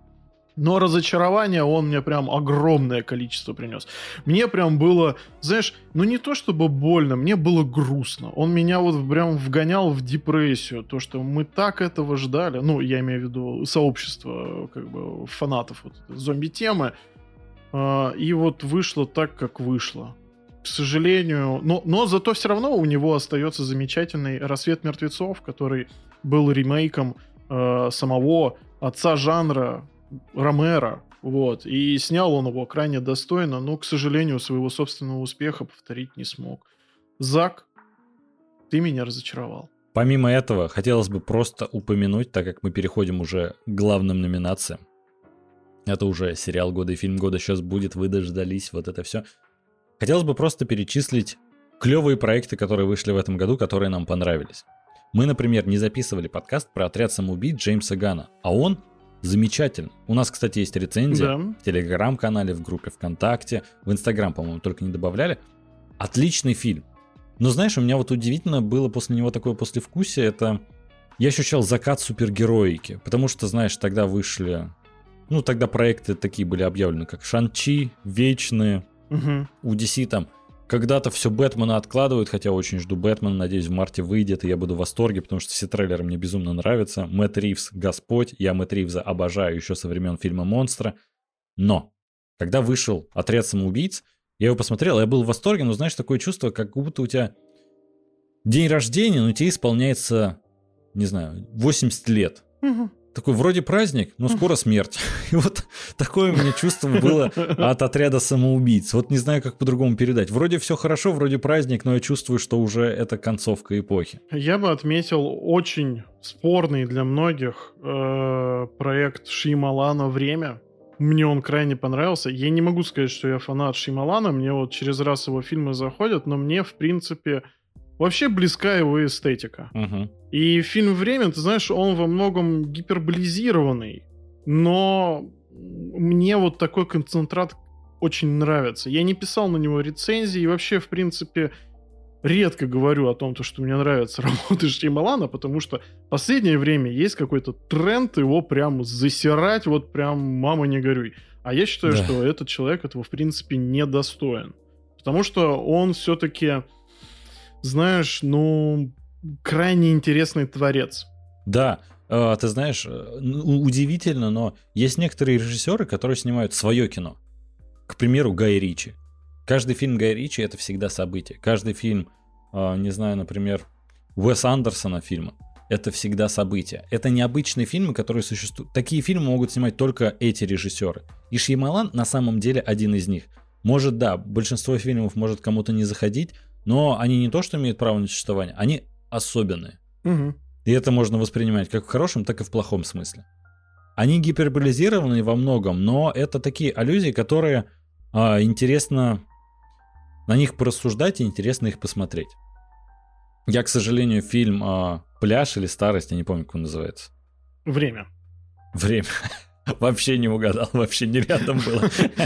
Но разочарование он мне прям огромное количество принес. Мне прям было, знаешь, ну не то чтобы больно, мне было грустно. Он меня вот прям вгонял в депрессию. То, что мы так этого ждали. Ну, я имею в виду сообщество как бы фанатов вот этой зомби-темы. А, и вот вышло так, как вышло. К сожалению, но, но зато все равно у него остается замечательный «Рассвет мертвецов», который был ремейком э, самого отца жанра Ромеро. Вот. И снял он его крайне достойно, но, к сожалению, своего собственного успеха повторить не смог. Зак, ты меня разочаровал. Помимо этого, хотелось бы просто упомянуть, так как мы переходим уже к главным номинациям. Это уже сериал года и фильм года сейчас будет, вы дождались, вот это все. Хотелось бы просто перечислить клевые проекты, которые вышли в этом году, которые нам понравились. Мы, например, не записывали подкаст про «Отряд самоубийц» Джеймса Ганна, а он замечательный. У нас, кстати, есть рецензия Да. в Телеграм-канале, в группе ВКонтакте, в Инстаграм, по-моему, только не добавляли. Отличный фильм. Но знаешь, у меня вот удивительно было после него такое послевкусие, это я ощущал закат супергероики, потому что, знаешь, тогда вышли, ну, тогда проекты такие были объявлены, как Шан-Чи, Вечные, Угу. у ди си там когда-то все Бэтмена откладывают, хотя очень жду Бэтмена, надеюсь, в марте выйдет, и я буду в восторге, потому что все трейлеры мне безумно нравятся. Мэтт Ривз — Господь, я Мэтт Ривза обожаю еще со времен фильма «Монстра». Но, когда вышел «Отряд самоубийц», я его посмотрел, я был в восторге, но знаешь, такое чувство, как будто у тебя день рождения, но тебе исполняется, не знаю, восемьдесят лет. Угу. Такой вроде праздник, но скоро смерть. И вот такое у меня чувство было от «Отряда самоубийц». Вот не знаю, как по-другому передать. Вроде все хорошо, вроде праздник, но я чувствую, что уже это концовка эпохи. Я бы отметил очень спорный для многих э, проект Шьямалана «Время». Мне он крайне понравился. Я не могу сказать, что я фанат Шьямалана. Мне вот через раз его фильмы заходят, но мне, в принципе, вообще близка его эстетика. Угу. И фильм «Время», ты знаешь, он во многом гиперболизированный, но мне вот такой концентрат очень нравится. Я не писал на него рецензии, и вообще, в принципе, редко говорю о том, то, что мне нравятся работы Шьямалана, потому что в последнее время есть какой-то тренд его прям засирать, вот прям «мама, не горюй». А я считаю, Да. что этот человек этого, в принципе, недостоин. Потому что он все-таки, знаешь, ну, крайне интересный творец. Да, э, ты знаешь, э, ну, удивительно, но есть некоторые режиссеры, которые снимают свое кино. К примеру, Гай Ричи. Каждый фильм Гая Ричи — это всегда событие. Каждый фильм, э, не знаю, например, Уэса Андерсона фильма — это всегда событие. Это необычные фильмы, которые существуют. Такие фильмы могут снимать только эти режиссеры. И Шьямалан на самом деле один из них. Может, да, большинство фильмов может кому-то не заходить, но они не то что имеют право на существование, они особенные. Угу. И это можно воспринимать как в хорошем, так и в плохом смысле. Они гиперболизированы во многом, но это такие аллюзии, которые а, интересно на них порассуждать и интересно их посмотреть. Я, к сожалению, фильм а, «Пляж» или «Старость», я не помню, как он называется. Время. Время. Вообще не угадал, вообще не рядом было.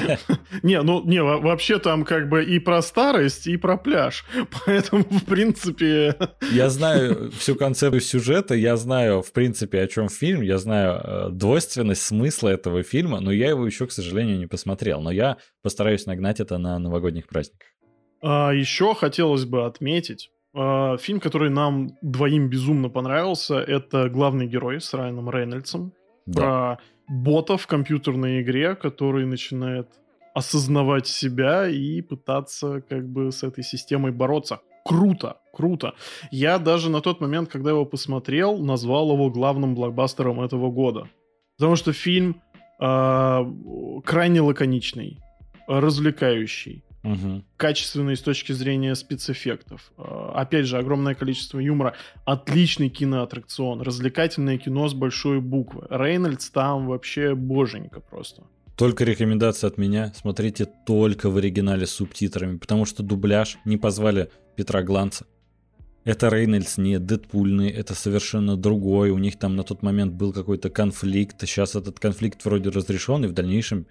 Не, ну, не, во- вообще там как бы и про старость, и про пляж. Поэтому, в принципе... Я знаю всю концепцию сюжета, я знаю, в принципе, о чем фильм, я знаю э, двойственность смысла этого фильма, но я его еще, к сожалению, не посмотрел. Но я постараюсь нагнать это на новогодних праздниках. А, еще хотелось бы отметить а, фильм, который нам двоим безумно понравился. Это «Главный герой» с Райаном Рейнольдсом. Да. Про бота в компьютерной игре, который начинает осознавать себя и пытаться как бы с этой системой бороться. Круто, круто. Я даже на тот момент, когда его посмотрел, назвал его главным блокбастером этого года. Потому что фильм э, крайне лаконичный, развлекающий, Угу. качественный с точки зрения спецэффектов. Э, опять же, огромное количество юмора. Отличный киноаттракцион, развлекательное кино с большой буквы. Рейнольдс там вообще боженька просто. Только рекомендация от меня. Смотрите только в оригинале с субтитрами, потому что дубляж не позвали Петра Гланца. Это Рейнольдс не Дэдпульный, это совершенно другой. У них там на тот момент был какой-то конфликт. Сейчас этот конфликт вроде разрешен, и в дальнейшем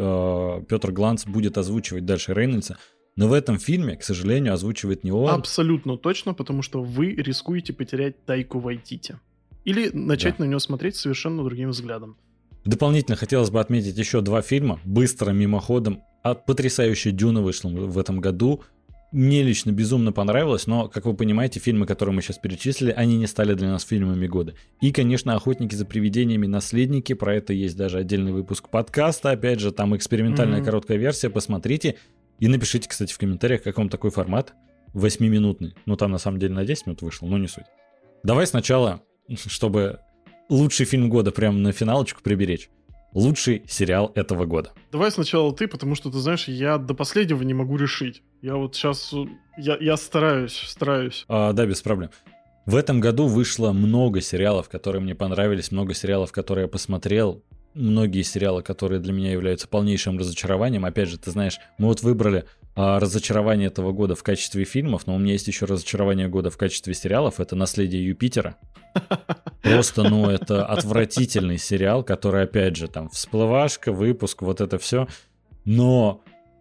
э, Петр Гланц будет озвучивать дальше Рейнольдса. Но в этом фильме, к сожалению, озвучивает не он. Абсолютно точно, потому что вы рискуете потерять Тайку Вайтити. Или начать Да. на него смотреть совершенно другим взглядом. Дополнительно хотелось бы отметить еще два фильма, быстро, мимоходом. А потрясающая «Дюна» вышла в этом году. Мне лично безумно понравилось, но, как вы понимаете, фильмы, которые мы сейчас перечислили, они не стали для нас фильмами года. И, конечно, «Охотники за привидениями. Наследники». Про это есть даже отдельный выпуск подкаста. Опять же, там экспериментальная mm-hmm. короткая версия. Посмотрите. И напишите, кстати, в комментариях, как вам такой формат. Восьмиминутный. Ну, там, на самом деле, на десять минут вышел, но не суть. Давай сначала, чтобы лучший фильм года прямо на финалочку приберечь. Лучший сериал этого года. Давай сначала ты, потому что, ты знаешь, я до последнего не могу решить. Я вот сейчас... Я, я стараюсь, стараюсь. А, да, без проблем. В этом году вышло много сериалов, которые мне понравились, много сериалов, которые я посмотрел, многие сериалы, которые для меня являются полнейшим разочарованием. Опять же, ты знаешь, мы вот выбрали а, разочарование этого года в качестве фильмов, но у меня есть еще разочарование года в качестве сериалов. Это «Наследие Юпитера». Просто, ну, это отвратительный сериал, который, опять же, там, всплывашка, выпуск, вот это все. Но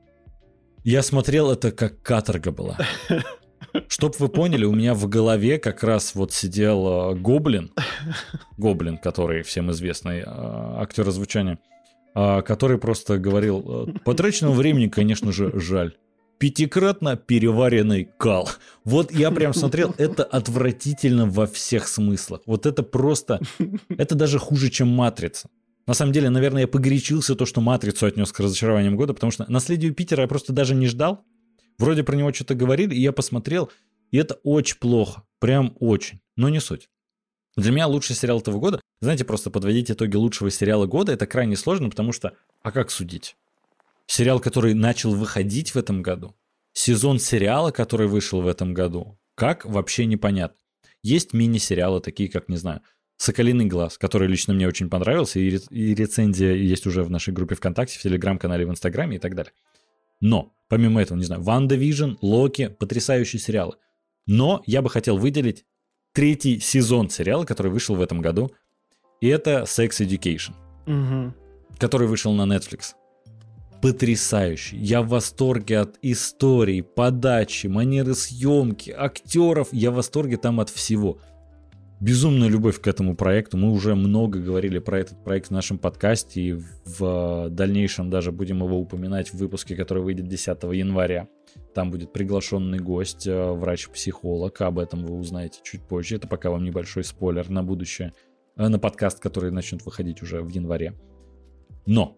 я смотрел это, как каторга была. Чтоб вы поняли, у меня в голове как раз вот сидел э, Гоблин, Гоблин, который всем известный э, актер озвучания, э, который просто говорил, э, потраченного времени, конечно же, жаль. Пятикратно переваренный кал. Вот я прям смотрел, это отвратительно во всех смыслах. Вот это просто, это даже хуже, чем «Матрица». На самом деле, наверное, я погорячился то, что «Матрицу» отнес к разочарованиям года, потому что «Наследие Юпитера» я просто даже не ждал. Вроде про него что-то говорили, и я посмотрел, и это очень плохо. Прям очень. Но не суть. Для меня лучший сериал этого года, знаете, просто подводить итоги лучшего сериала года, это крайне сложно, потому что, а как судить? Сериал, который начал выходить в этом году, сезон сериала, который вышел в этом году, как, вообще непонятно. Есть мини-сериалы, такие как, не знаю, «Соколиный глаз», который лично мне очень понравился, и, ре- и рецензия есть уже в нашей группе ВКонтакте, в Телеграм-канале, в Инстаграме и так далее. Но, помимо этого, не знаю, «Ванда Вижн», «Локи», потрясающие сериалы. Но я бы хотел выделить третий сезон сериала, который вышел в этом году, и это «Sex Education», Угу. который вышел на Netflix. Потрясающий. Я в восторге от истории, подачи, манеры съемки, актеров. Я в восторге там от всего. Безумная любовь к этому проекту. Мы уже много говорили про этот проект в нашем подкасте. И в дальнейшем даже будем его упоминать в выпуске, который выйдет десятого января. Там будет приглашенный гость, врач-психолог. Об этом вы узнаете чуть позже. Это пока вам небольшой спойлер на будущее. На подкаст, который начнет выходить уже в январе. Но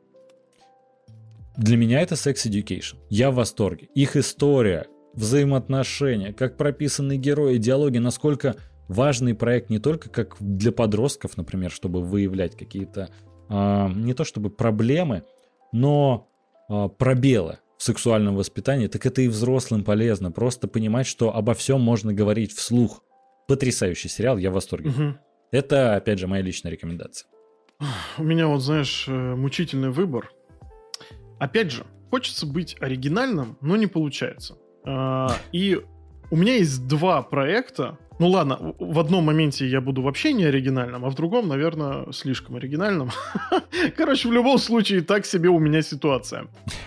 для меня это Sex Education. Я в восторге. Их история, взаимоотношения, как прописаны герои, диалоги, насколько важный проект не только как для подростков, например, чтобы выявлять какие-то э, не то чтобы проблемы, но э, пробелы в сексуальном воспитании, так это и взрослым полезно. Просто понимать, что обо всем можно говорить вслух. Потрясающий сериал, я в восторге. Угу. Это, опять же, моя личная рекомендация. У меня вот, знаешь, мучительный выбор. Опять же, хочется быть оригинальным, но не получается. И у меня есть два проекта. Ну ладно, в одном моменте я буду вообще не оригинальным, а в другом, наверное, слишком оригинальным. Короче, в любом случае, так себе у меня ситуация.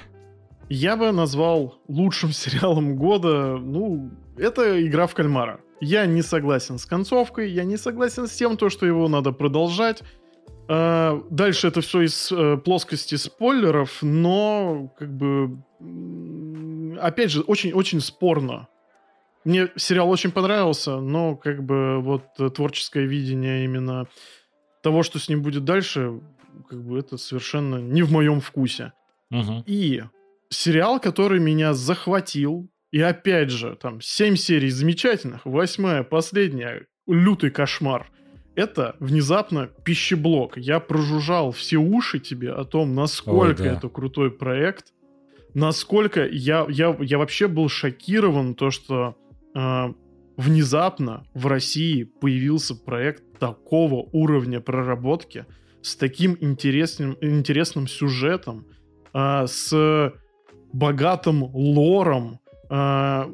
Я бы назвал лучшим сериалом года, ну, это «Игра в кальмара». Я не согласен с концовкой, я не согласен с тем, то, что его надо продолжать. Uh, дальше это все из uh, плоскости спойлеров, но как бы опять же очень-очень спорно. Мне сериал очень понравился, но как бы вот творческое видение именно того, что с ним будет дальше, как бы это совершенно не в моем вкусе. Угу. И сериал, который меня захватил, и опять же, там, семь серий замечательных, восьмая, последняя, лютый кошмар. Это внезапно пищеблок. Я прожужжал все уши тебе о том, насколько Ой, да. это крутой проект, насколько я, я, я вообще был шокирован, то, что э, внезапно в России появился проект такого уровня проработки, с таким интересным, интересным сюжетом, э, с богатым лором, э,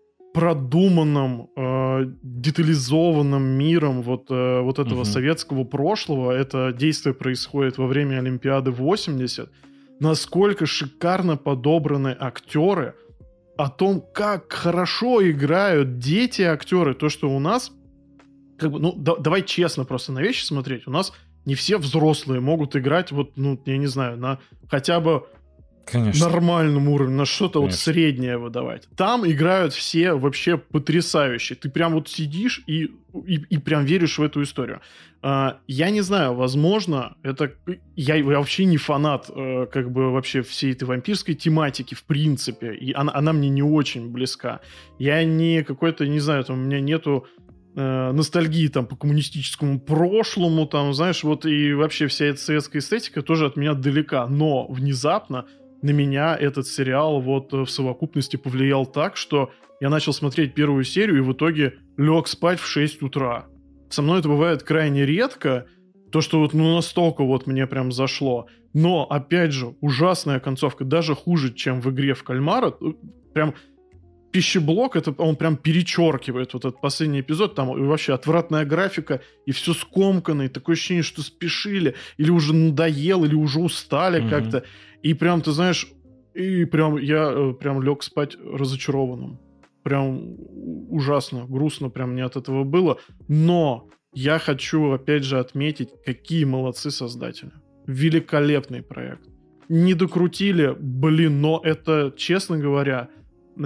продуманным, э, детализованным миром вот, э, вот этого угу. советского прошлого. Это действие происходит во время Олимпиады восемьдесят. Насколько шикарно подобраны актеры, о том, как хорошо играют дети-актеры. То, что у нас, как бы, ну, да, давай честно просто на вещи смотреть. У нас не все взрослые могут играть, вот, ну, я не знаю, на хотя бы Конечно. нормальном уровне, на что-то Конечно. вот среднее выдавать. Там играют все вообще потрясающе. Ты прям вот сидишь и, и, и прям веришь в эту историю. Uh, я не знаю, возможно, это... Я, я вообще не фанат uh, как бы вообще всей этой вампирской тематики в принципе. И она, она мне не очень близка. Я не какой-то, не знаю, там у меня нету uh, ностальгии там по коммунистическому прошлому, там, знаешь, вот и вообще вся эта советская эстетика тоже от меня далека. Но внезапно на меня этот сериал вот в совокупности повлиял так, что я начал смотреть первую серию и в итоге лег спать в шесть утра. Со мной это бывает крайне редко, то, что вот ну, настолько вот мне прям зашло. Но, опять же, ужасная концовка, даже хуже, чем в игре в кальмара. Прям пищеблок, это он прям перечеркивает вот этот последний эпизод. Там вообще отвратная графика, и все скомкано, и такое ощущение, что спешили, или уже надоел, или уже устали mm-hmm. как-то. И прям, ты знаешь, и прям я прям лег спать разочарованным. Прям ужасно, грустно прям мне от этого было. Но я хочу, опять же, отметить, какие молодцы создатели. Великолепный проект. Не докрутили, блин, но это, честно говоря, э,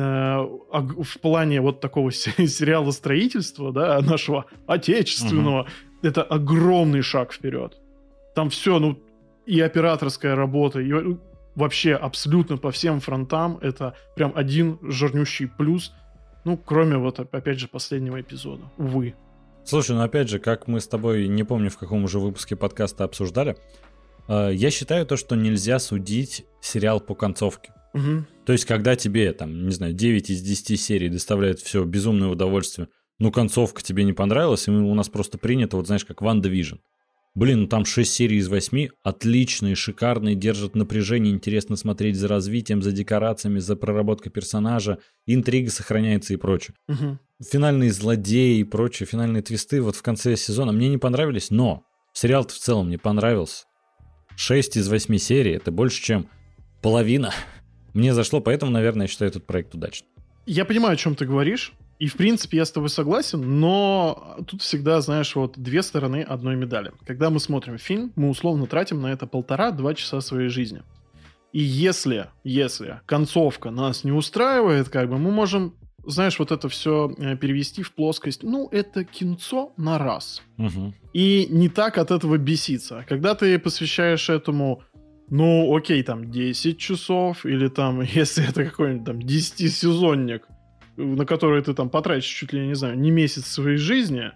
в плане вот такого сериала строительства, да, нашего отечественного, угу. это огромный шаг вперед. Там все, ну, и операторская работа, и вообще абсолютно по всем фронтам это прям один жирнющий плюс. Ну, кроме вот, опять же, последнего эпизода. Увы. Слушай, ну опять же, как мы с тобой, не помню, в каком уже выпуске подкаста обсуждали, э, я считаю то, что нельзя судить сериал по концовке. Угу. То есть, когда тебе, там, не знаю, девять из десяти серий доставляет все безумное удовольствие, ну, концовка тебе не понравилась, и у нас просто принято, вот знаешь, как Ванда Вижн. Блин, ну там шесть серий из восьми, отличные, шикарные, держат напряжение, интересно смотреть за развитием, за декорациями, за проработкой персонажа, интрига сохраняется и прочее. Угу. Финальные злодеи и прочее, финальные твисты вот в конце сезона мне не понравились, но сериал-то в целом мне понравился. шесть из восьми серий, это больше, чем половина. Мне зашло, поэтому, наверное, я считаю этот проект удачным. Я понимаю, о чем ты говоришь. И, в принципе, я с тобой согласен, но тут всегда, знаешь, вот две стороны одной медали. Когда мы смотрим фильм, мы условно тратим на это полтора-два часа своей жизни. И если, если концовка нас не устраивает, как бы мы можем, знаешь, вот это все перевести в плоскость, ну, это кинцо на раз. Угу. И не так от этого беситься. Когда ты посвящаешь этому, ну, окей, там, десять часов, или там, если это какой-нибудь там десятисезонник, на которые ты там потратишь чуть ли, не знаю, не месяц своей жизни,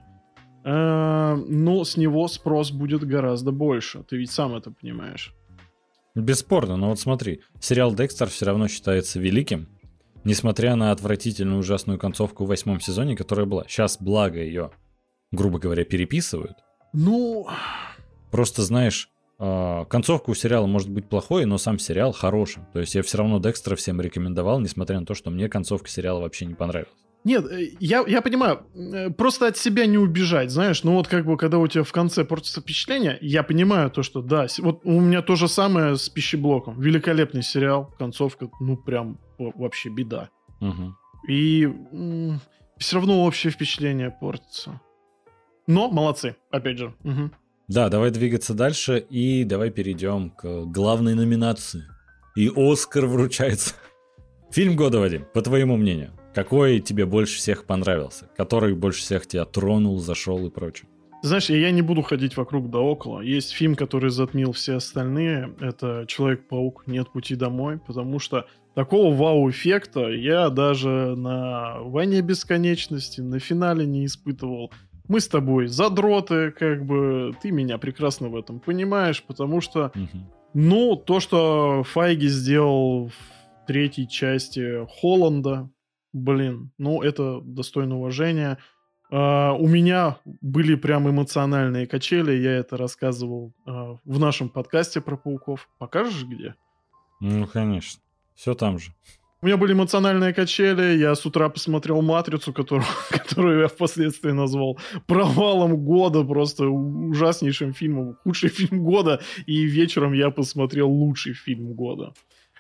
э, но с него спрос будет гораздо больше. Ты ведь сам это понимаешь. Бесспорно, но вот смотри, сериал «Декстер» все равно считается великим, несмотря на отвратительную ужасную концовку в восьмом сезоне, которая была. Сейчас, благо, ее, грубо говоря, переписывают. Ну... Просто, знаешь, концовка у сериала может быть плохой, но сам сериал хорошим. То есть я все равно Декстера всем рекомендовал, несмотря на то, что мне концовка сериала вообще не понравилась. Нет, я, я понимаю, просто от себя не убежать, знаешь, ну вот как бы, когда у тебя в конце портится впечатление, я понимаю то, что да, вот у меня то же самое с «Пищеблоком». Великолепный сериал, концовка, ну прям вообще беда. Угу. И м- все равно общее впечатление портится. Но молодцы, опять же. Угу. Да, давай двигаться дальше и давай перейдем к главной номинации. И Оскар вручается. Фильм года, Вадим, по твоему мнению, какой тебе больше всех понравился? Который больше всех тебя тронул, зашел и прочее? Знаешь, я не буду ходить вокруг да около. Есть фильм, который затмил все остальные. Это «Человек-паук. Нет пути домой». Потому что такого вау-эффекта я даже на «Войне бесконечности», на финале не испытывал. Мы с тобой задроты, как бы, ты меня прекрасно в этом понимаешь, потому что, Мгм. ну, то, что Файги сделал в третьей части Холланда, блин, ну, это достойно уважения. А, у меня были прям эмоциональные качели, я это рассказывал а, в нашем подкасте про пауков. Покажешь где? Ну, конечно. Все там же. У меня были эмоциональные качели, я с утра посмотрел «Матрицу», которую, которую я впоследствии назвал провалом года, просто ужаснейшим фильмом, худший фильм года, и вечером я посмотрел лучший фильм года.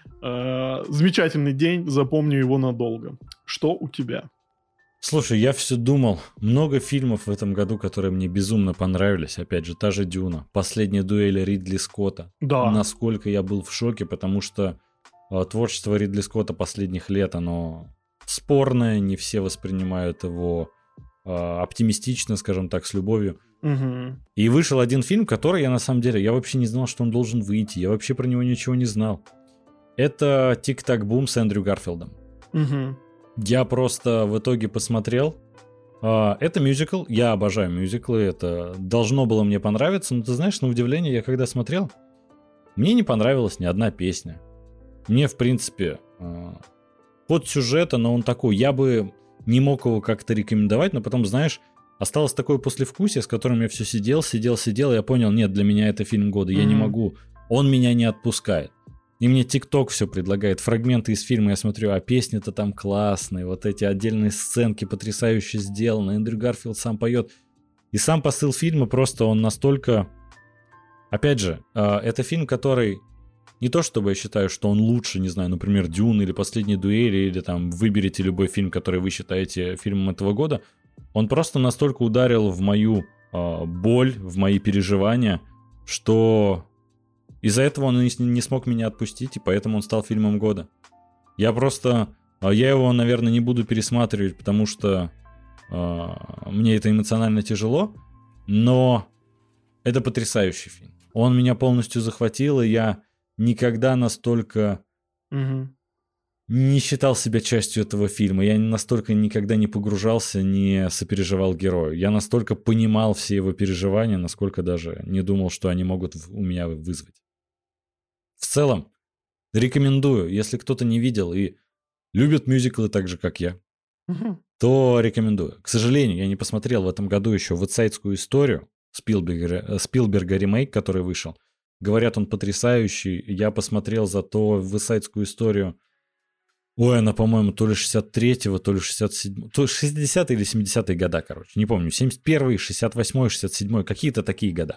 Э, замечательный день, запомню его надолго. Что у тебя? Слушай, я все думал, много фильмов в этом году, которые мне безумно понравились. Опять же, та же «Дюна», «Последняя дуэль» Ридли Скотта. Да. Насколько я был в шоке, потому что э, творчество Ридли Скотта последних лет, оно спорное, не все воспринимают его э, оптимистично, скажем так, с любовью. Угу. И вышел один фильм, который я на самом деле, я вообще не знал, что он должен выйти, я вообще про него ничего не знал. Это «Тик-так-бум» с Эндрю Гарфилдом. Угу. Я просто в итоге посмотрел. А, Это мюзикл, я обожаю мюзиклы, это должно было мне понравиться, но ты знаешь, на удивление, я когда смотрел, мне не понравилась ни одна песня. Мне, в принципе, а, под сюжета, но он такой, я бы не мог его как-то рекомендовать, но потом, знаешь, осталось такое послевкусие, с которым я все сидел, сидел, сидел, и я понял, нет, для меня это фильм года, я не Мгм. могу, он меня не отпускает. И мне ТикТок все предлагает, фрагменты из фильма, я смотрю, а песни-то там классные, вот эти отдельные сценки потрясающе сделаны, Эндрю Гарфилд сам поет. И сам посыл фильма просто он настолько... Опять же, э, это фильм, который... Не то чтобы я считаю, что он лучше, не знаю, например, «Дюн» или «Последние дуэли», или там выберите любой фильм, который вы считаете фильмом этого года. Он просто настолько ударил в мою э, боль, в мои переживания, что... Из-за этого он не, не смог меня отпустить, и поэтому он стал фильмом года. Я просто... Я его, наверное, не буду пересматривать, потому что э, мне это эмоционально тяжело, но это потрясающий фильм. Он меня полностью захватил, и я никогда настолько Угу. не считал себя частью этого фильма. Я настолько никогда не погружался, не сопереживал герою. Я настолько понимал все его переживания, насколько даже не думал, что они могут у меня вызвать. В целом, рекомендую, если кто-то не видел и любит мюзиклы так же, как я, Угу. то рекомендую. К сожалению, я не посмотрел в этом году еще «Вестсайдскую историю», Спилберга, Спилберга ремейк, который вышел. Говорят, он потрясающий. Я посмотрел зато «Вестсайдскую историю». Ой, она, по-моему, то ли шестьдесят третьего, то ли шестьдесят седьмого, то ли шестидесятые или семидесятые года, короче. Не помню, семьдесят первый, шестьдесят восьмой, шестьдесят седьмой, какие-то такие года.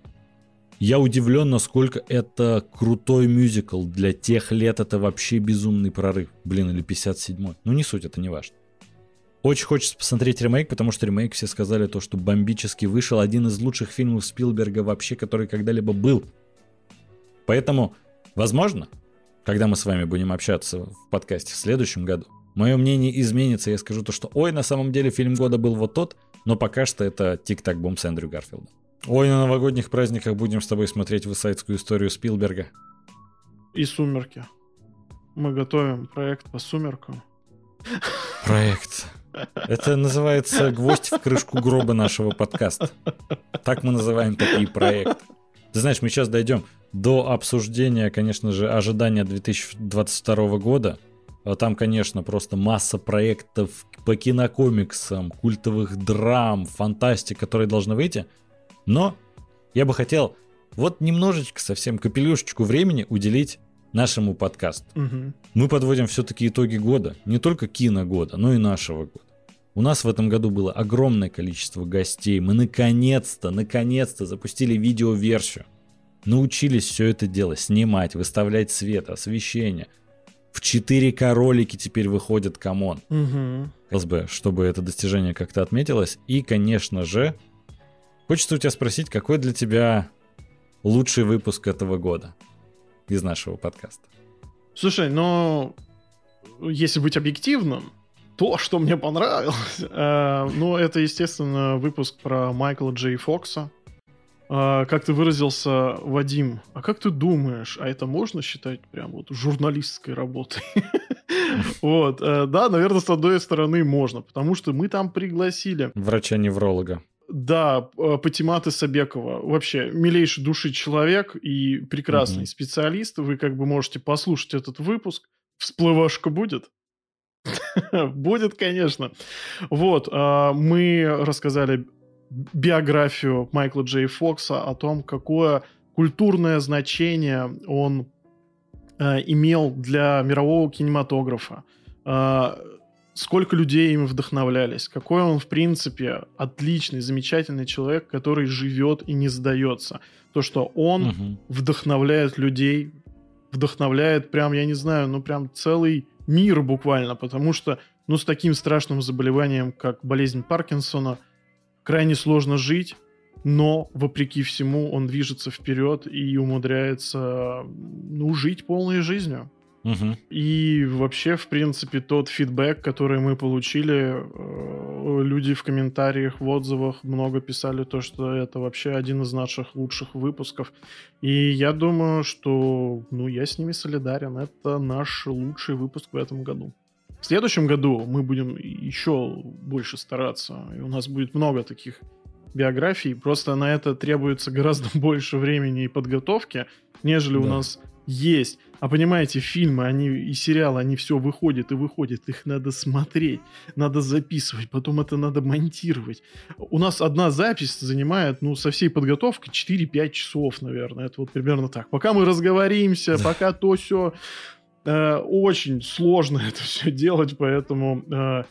Я удивлен, насколько это крутой мюзикл. Для тех лет это вообще безумный прорыв. Блин, или пятьдесят седьмой. Ну, не суть, это не важно. Очень хочется посмотреть ремейк, потому что ремейк все сказали то, что бомбически вышел. Один из лучших фильмов Спилберга вообще, который когда-либо был. Поэтому, возможно, когда мы с вами будем общаться в подкасте в следующем году, мое мнение изменится. Я скажу то, что ой, на самом деле фильм года был вот тот, но пока что это «Тик-так-бум» с Эндрю Гарфилдом. Ой, на новогодних праздниках будем с тобой смотреть «Вестсайдскую историю» Спилберга. И «Сумерки». Мы готовим проект по «Сумеркам». Проект. Это называется «Гвоздь в крышку гроба» нашего подкаста. Так мы называем такие проекты. Ты знаешь, мы сейчас дойдем до обсуждения, конечно же, ожидания две тысячи двадцать второго года. Там, конечно, просто масса проектов по кинокомиксам, культовых драм, фантастик, которые должны выйти. Но я бы хотел вот немножечко, совсем капелюшечку времени уделить нашему подкасту. Угу. Мы подводим все-таки итоги года, не только киногода, но и нашего года. У нас в этом году было огромное количество гостей. Мы наконец-то, наконец-то запустили видеоверсию. Научились все это делать, снимать, выставлять свет, освещение. В четыре ка ролики теперь выходят, камон. Угу. Хотелось бы, чтобы это достижение как-то отметилось. И, конечно же, хочется у тебя спросить, какой для тебя лучший выпуск этого года из нашего подкаста? Слушай, ну, если быть объективным, то, что мне понравилось, э, ну, это, естественно, выпуск про Майкла Джей Фокса. А, как ты выразился, Вадим, а как ты думаешь, а это можно считать прям вот журналистской работой? Вот, э, да, наверное, с одной стороны можно, потому что мы там пригласили... Врача-невролога. Да, э, Патимата Сабекова. Вообще, милейший души человек и прекрасный Мгм. специалист. Вы как бы можете послушать этот выпуск. Всплывашка будет? Будет, конечно. Вот, а, мы рассказали биографию Майкла Джей Фокса, о том, какое культурное значение он э, имел для мирового кинематографа, э, сколько людей им вдохновлялись, какой он, в принципе, отличный, замечательный человек, который живет и не сдается. То, что он Мгм. вдохновляет людей, вдохновляет прям, я не знаю, ну прям целый мир буквально, потому что, ну, с таким страшным заболеванием, как болезнь Паркинсона, крайне сложно жить, но, вопреки всему, он движется вперед и умудряется, ну, жить полной жизнью. Мгм. И вообще, в принципе, тот фидбэк, который мы получили, э, люди в комментариях, в отзывах много писали то, что это вообще один из наших лучших выпусков. И я думаю, что, ну, я с ними солидарен. Это наш лучший выпуск в этом году. В следующем году мы будем еще больше стараться, и у нас будет много таких биографий. Просто на это требуется гораздо больше времени и подготовки, нежели у Да. нас есть. А понимаете, фильмы, они и сериалы, они все выходят и выходят. Их надо смотреть, надо записывать, потом это надо монтировать. У нас одна запись занимает, ну, со всей подготовкой четыре-пять часов, наверное. Это вот примерно так. Пока мы разговоримся, пока то все... Очень сложно это все делать, поэтому э,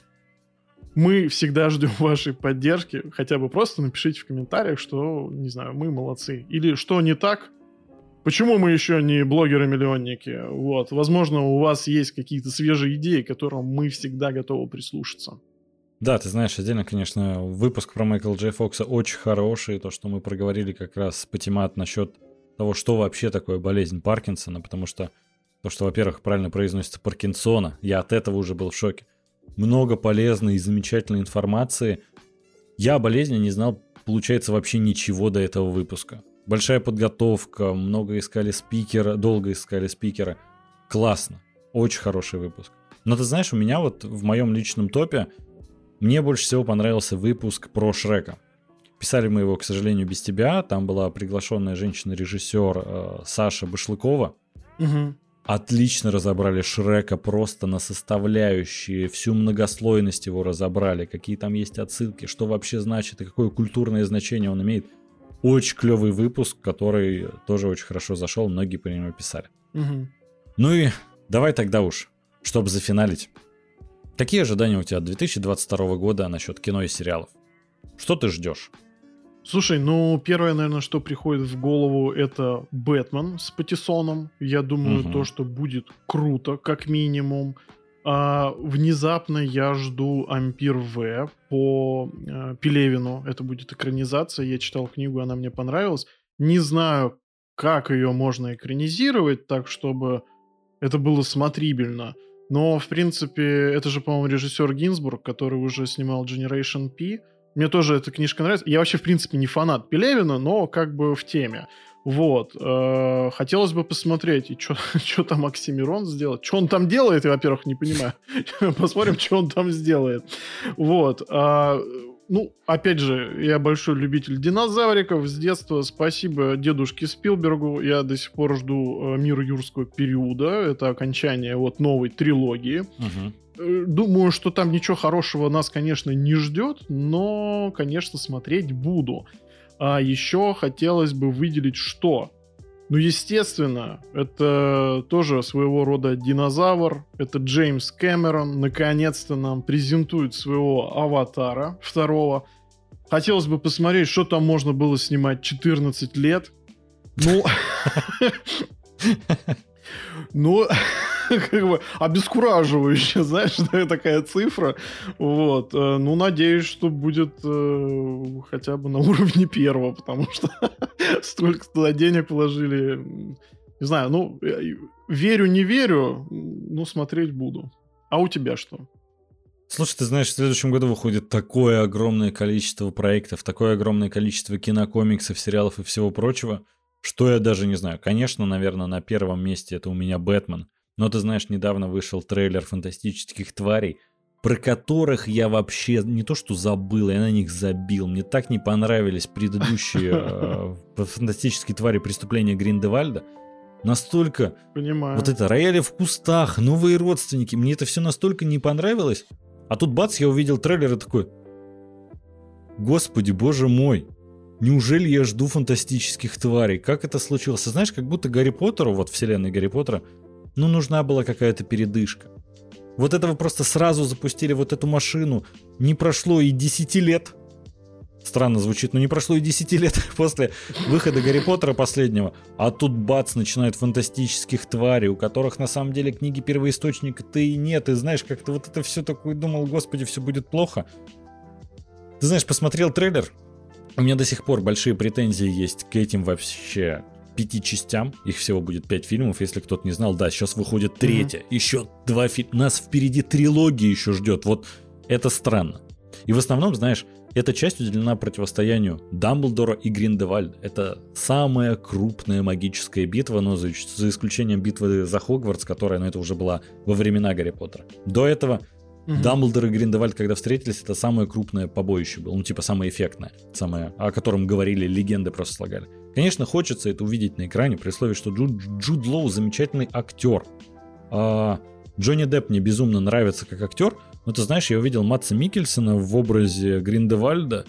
мы всегда ждем вашей поддержки. Хотя бы просто напишите в комментариях, что, не знаю, мы молодцы. Или что не так. Почему мы еще не блогеры-миллионники? Вот. Возможно, у вас есть какие-то свежие идеи, к которым мы всегда готовы прислушаться. Да, ты знаешь, отдельно, конечно, выпуск про Майкла Джей Фокса очень хороший. То, что мы проговорили как раз с Патимат насчет того, что вообще такое болезнь Паркинсона, потому что то, что, во-первых, правильно произносится Паркинсона, я от этого уже был в шоке. Много полезной и замечательной информации. Я о болезни не знал, получается, вообще ничего до этого выпуска. Большая подготовка, много искали спикера, долго искали спикера. Классно, очень хороший выпуск. Но ты знаешь, у меня вот в моем личном топе мне больше всего понравился выпуск про Шрека. Писали мы его, к сожалению, без тебя. Там была приглашенная женщина-режиссер э, Саша Башлыкова. Угу. Отлично разобрали Шрека просто на составляющие, всю многослойность его разобрали, какие там есть отсылки, что вообще значит и какое культурное значение он имеет. Очень клевый выпуск, который тоже очень хорошо зашел, многие по нему писали. Угу. Ну и давай тогда уж, чтобы зафиналить. Какие ожидания у тебя от две тысячи двадцать второго года насчет кино и сериалов? Что ты ждешь? Слушай, ну, первое, наверное, что приходит в голову, это Бэтмен с Паттисоном. Я думаю, Мгм. то, что будет круто, как минимум. А, внезапно я жду Ампир В по э, Пелевину. Это будет экранизация. Я читал книгу, она мне понравилась. Не знаю, как ее можно экранизировать так, чтобы это было смотрибельно. Но, в принципе, это же, по-моему, режиссер Гинзбург, который уже снимал Generation P. Мне тоже эта книжка нравится. Я вообще, в принципе, не фанат Пелевина, но как бы в теме. Вот. Э, Хотелось бы посмотреть, и что там Оксимирон сделать. Что он там делает, я, во-первых, не понимаю. Посмотрим, что он там сделает. Вот. А, ну, опять же, я большой любитель динозавриков с детства. Спасибо дедушке Спилбергу. Я до сих пор жду э, «Мир юрского периода». Это окончание вот новой трилогии. Мгм. Э, Думаю, что там ничего хорошего нас, конечно, не ждет, но, конечно, смотреть буду. А еще хотелось бы выделить что? Ну, естественно, это тоже своего рода динозавр. Это Джеймс Кэмерон. Наконец-то нам презентует своего аватара второго. Хотелось бы посмотреть, что там можно было снимать четырнадцать лет. Ну... Ну, как бы обескураживающе, знаешь, такая цифра. Вот. э, Ну, надеюсь, что будет э, хотя бы на уровне первого, потому что столько туда денег вложили. Не знаю, ну, э, верю, не верю, ну, смотреть буду. А у тебя что? Слушай, ты знаешь, в следующем году выходит такое огромное количество проектов, такое огромное количество кинокомиксов, сериалов и всего прочего, что я даже не знаю. Конечно, наверное, на первом месте это у меня «Бэтмен». Но ты знаешь, недавно вышел трейлер «Фантастических тварей», про которых я вообще не то что забыл, я на них забил. Мне так не понравились предыдущие э, «Фантастические твари. Преступления Гриндевальда». Настолько... Понимаю. Вот это «Рояли в кустах», «Новые родственники». Мне это все настолько не понравилось. А тут бац, я увидел трейлер и такой: господи, боже мой, неужели я жду фантастических тварей? Как это случилось? Знаешь, как будто Гарри Поттеру, вот вселенной Гарри Поттера, ну, нужна была какая-то передышка. Вот этого просто сразу запустили, вот эту машину. Не прошло и десяти лет. Странно звучит, но не прошло и десяти лет после выхода Гарри Поттера последнего. А тут бац, начинают фантастических тварей, у которых на самом деле книги первоисточника-то и нет. И знаешь, как-то вот это все такое, думал, господи, все будет плохо. Ты знаешь, посмотрел трейлер, у меня до сих пор большие претензии есть к этим вообще пяти частям. Их всего будет пять фильмов, если кто-то не знал. Да, сейчас выходит третья, mm-hmm. еще два фильма. Нас впереди трилогия еще ждет. Вот это странно. И в основном, знаешь, эта часть уделена противостоянию Дамблдора и Гриндевальда. Это самая крупная магическая битва, но за, за исключением битвы за Хогвартс, которая, ну, это уже была во времена Гарри Поттера. До этого угу. Дамблдор и Гриндевальд, когда встретились, это самое крупное побоище было. Ну, типа, самое эффектное, самое, о котором говорили, легенды просто слагали. Конечно, хочется это увидеть на экране, при условии, что Джуд, Джуд Лоу замечательный актер. А Джонни Депп мне безумно нравится как актер. Ну, ты знаешь, я увидел Мадса Миккельсена в образе Гриндевальда,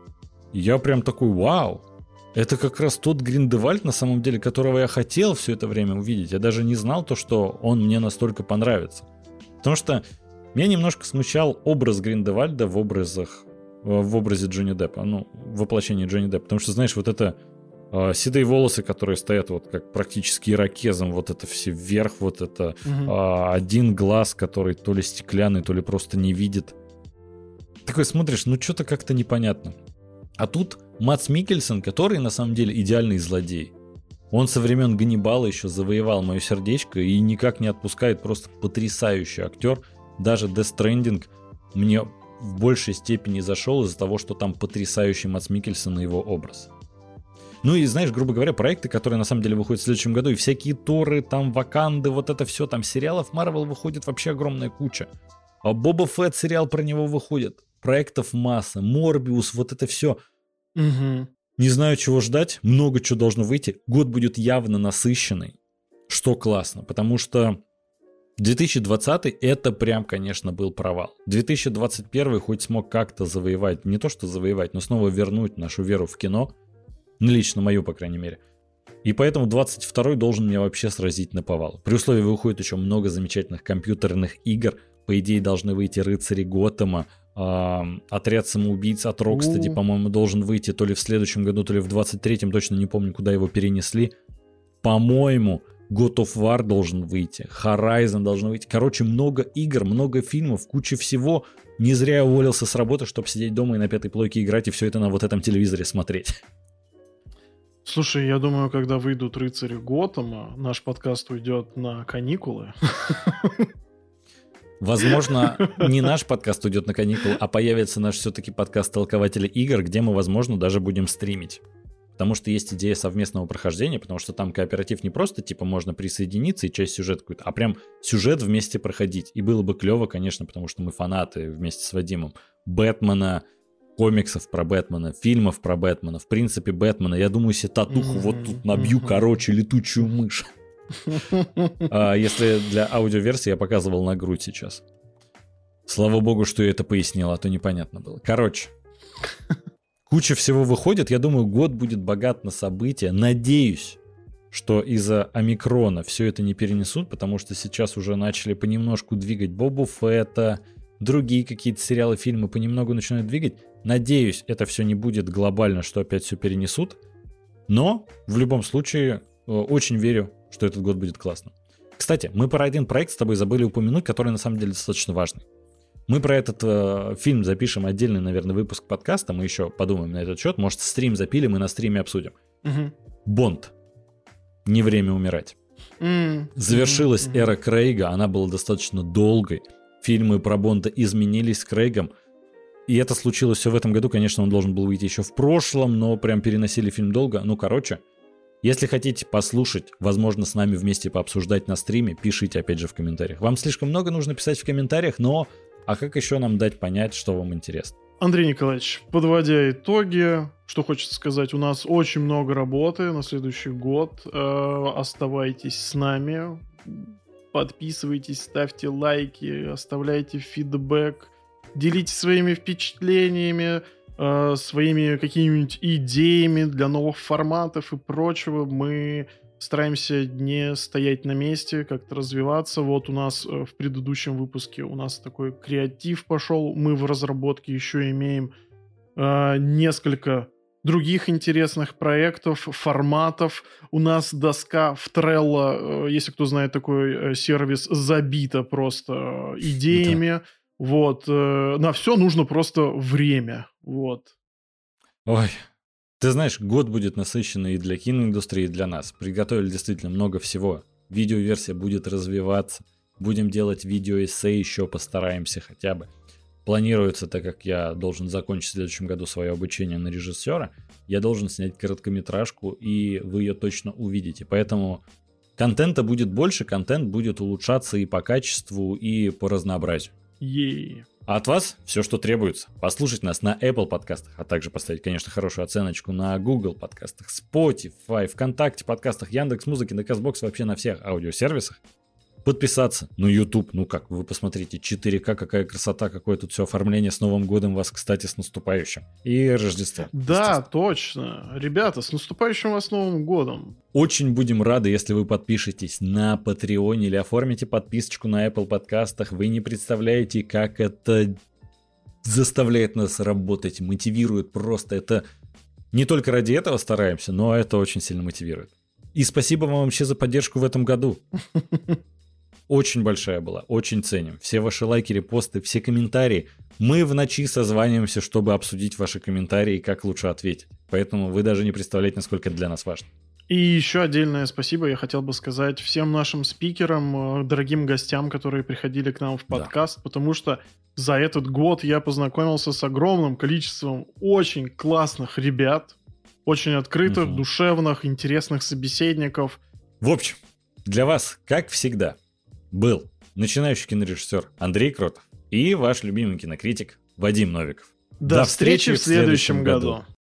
и я прям такой: вау, это как раз тот Гриндевальд, на самом деле, которого я хотел все это время увидеть. Я даже не знал то, что он мне настолько понравится. Потому что меня немножко смущал образ Гриндевальда в образах, в образе Джонни Деппа, ну, в воплощении Джонни Деппа. Потому что, знаешь, вот это э, седые волосы, которые стоят вот как практически ирокезом, вот это все вверх, вот это угу. э, один глаз, который то ли стеклянный, то ли просто не видит. Такой смотришь, ну что-то как-то непонятно. А тут Мадс Миккельсен, который на самом деле идеальный злодей. Он со времен Ганнибала еще завоевал мое сердечко и никак не отпускает. Просто потрясающий актер. Даже Death Stranding мне в большей степени зашел из-за того, что там потрясающий Мадс Миккельсен и его образ. Ну и, знаешь, грубо говоря, проекты, которые на самом деле выходят в следующем году, и всякие Торы, там Ваканды, вот это все, там сериалов Марвел выходит вообще огромная куча. А Боба Фетт сериал про него выходит. Проектов масса, Морбиус, вот это все. Угу. Не знаю, чего ждать, много чего должно выйти. Год будет явно насыщенный, что классно, потому что две тысячи двадцатый это прям, конечно, был провал. две тысячи двадцать первый хоть смог как-то завоевать, не то что завоевать, но снова вернуть нашу веру в кино, ну, лично мою, по крайней мере. И поэтому двадцать второй должен меня вообще сразить наповал. При условии выходит еще много замечательных компьютерных игр. По идее, должны выйти «Рыцари Готэма», э, «Отряд самоубийц» от Rocksteady, по-моему, должен выйти то ли в следующем году, то ли в двадцать третьем, точно не помню, куда его перенесли. По-моему, God of War должен выйти, Horizon должен выйти. Короче, много игр, много фильмов, куча всего. Не зря я уволился с работы, чтобы сидеть дома и на пятой плойке играть, и все это на вот этом телевизоре смотреть. Слушай, я думаю, когда выйдут «Рыцари Готэма», наш подкаст уйдет на каникулы. Возможно, не наш подкаст уйдет на каникулы, а появится наш все-таки подкаст «Толкователи игр», где мы, возможно, даже будем стримить. Потому что есть идея совместного прохождения, потому что там кооператив не просто, типа, можно присоединиться и часть сюжета какой-то, а прям сюжет вместе проходить. И было бы клево, конечно, потому что мы фанаты вместе с Вадимом Бэтмена, комиксов про Бэтмена, фильмов про Бэтмена, в принципе, Бэтмена. Я думаю, себе татуху mm-hmm. вот тут набью, mm-hmm. короче, летучую мышь. А если для аудиоверсии я показывал на грудь сейчас. Слава богу, что я это пояснил, а то непонятно было. Короче, куча всего выходит. Я думаю, год будет богат на события. Надеюсь, что из-за омикрона все это не перенесут, потому что сейчас уже начали понемножку двигать Бобу Фетта, другие какие-то сериалы, фильмы понемногу начинают двигать. Надеюсь, это все не будет глобально, что опять все перенесут. Но в любом случае очень верю, что этот год будет классным. Кстати, мы про один проект с тобой забыли упомянуть, который на самом деле достаточно важный. Мы про этот э, фильм запишем отдельный, наверное, выпуск подкаста. Мы еще подумаем на этот счет. Может, стрим запилим и на стриме обсудим. Угу. Бонд. Не время умирать. Mm-hmm. Завершилась mm-hmm. эра Крейга. Она была достаточно долгой. фильмы про Бонда изменились с Крейгом. И это случилось все в этом году. Конечно, он должен был выйти еще в прошлом, но прям переносили фильм долго. Ну, короче, если хотите послушать, возможно, с нами вместе пообсуждать на стриме, пишите опять же в комментариях. Вам слишком много нужно писать в комментариях, но а как еще нам дать понять, что вам интересно? Андрей Николаевич, подводя итоги, что хочется сказать, у нас очень много работы на следующий год. Э, оставайтесь с нами, подписывайтесь, ставьте лайки, оставляйте фидбэк, делитесь своими впечатлениями, э, своими какими-нибудь идеями для новых форматов и прочего. Мы стараемся не стоять на месте, как-то развиваться. Вот у нас э, в предыдущем выпуске у нас такой креатив пошел. Мы в разработке еще имеем э, несколько других интересных проектов, форматов. У нас доска в Trello, э, если кто знает такой э, сервис, забита просто э, идеями. Да. Вот. Э, на все нужно просто время. Вот. Ой. Ты знаешь, год будет насыщенный и для киноиндустрии, и для нас. Приготовили действительно много всего. Видеоверсия будет развиваться. Будем делать видеоэссе, еще постараемся хотя бы. Планируется, так как я должен закончить в следующем году свое обучение на режиссера, я должен снять короткометражку, и вы ее точно увидите. Поэтому контента будет больше, контент будет улучшаться и по качеству, и по разнообразию. Ей. А от вас все, что требуется. Послушать нас на Apple подкастах, а также поставить, конечно, хорошую оценочку на Google подкастах, Spotify, ВКонтакте подкастах, Яндекс.Музыке, на Castbox, вообще на всех аудиосервисах. Подписаться. Ну, YouTube, ну как, вы посмотрите, четыре ка, какая красота, какое тут все оформление. С Новым годом вас, кстати, с наступающим. И Рождеством. Да, точно. Ребята, с наступающим вас Новым годом. Очень будем рады, если вы подпишетесь на Патреоне или оформите подписочку на Apple подкастах. Вы не представляете, как это заставляет нас работать, мотивирует просто. Это не только ради этого стараемся, но это очень сильно мотивирует. И спасибо вам вообще за поддержку в этом году. Очень большая была, очень ценим. Все ваши лайки, репосты, все комментарии. Мы в ночи созваниваемся, чтобы обсудить ваши комментарии и как лучше ответить. Поэтому вы даже не представляете, насколько это для нас важно. И еще отдельное спасибо я хотел бы сказать всем нашим спикерам, дорогим гостям, которые приходили к нам в подкаст, да. Потому что за этот год я познакомился с огромным количеством очень классных ребят, очень открытых, угу. душевных, интересных собеседников. В общем, для вас, как всегда, был начинающий кинорежиссер Андрей Кротов и ваш любимый кинокритик Вадим Новиков. До, До встречи в следующем году. году.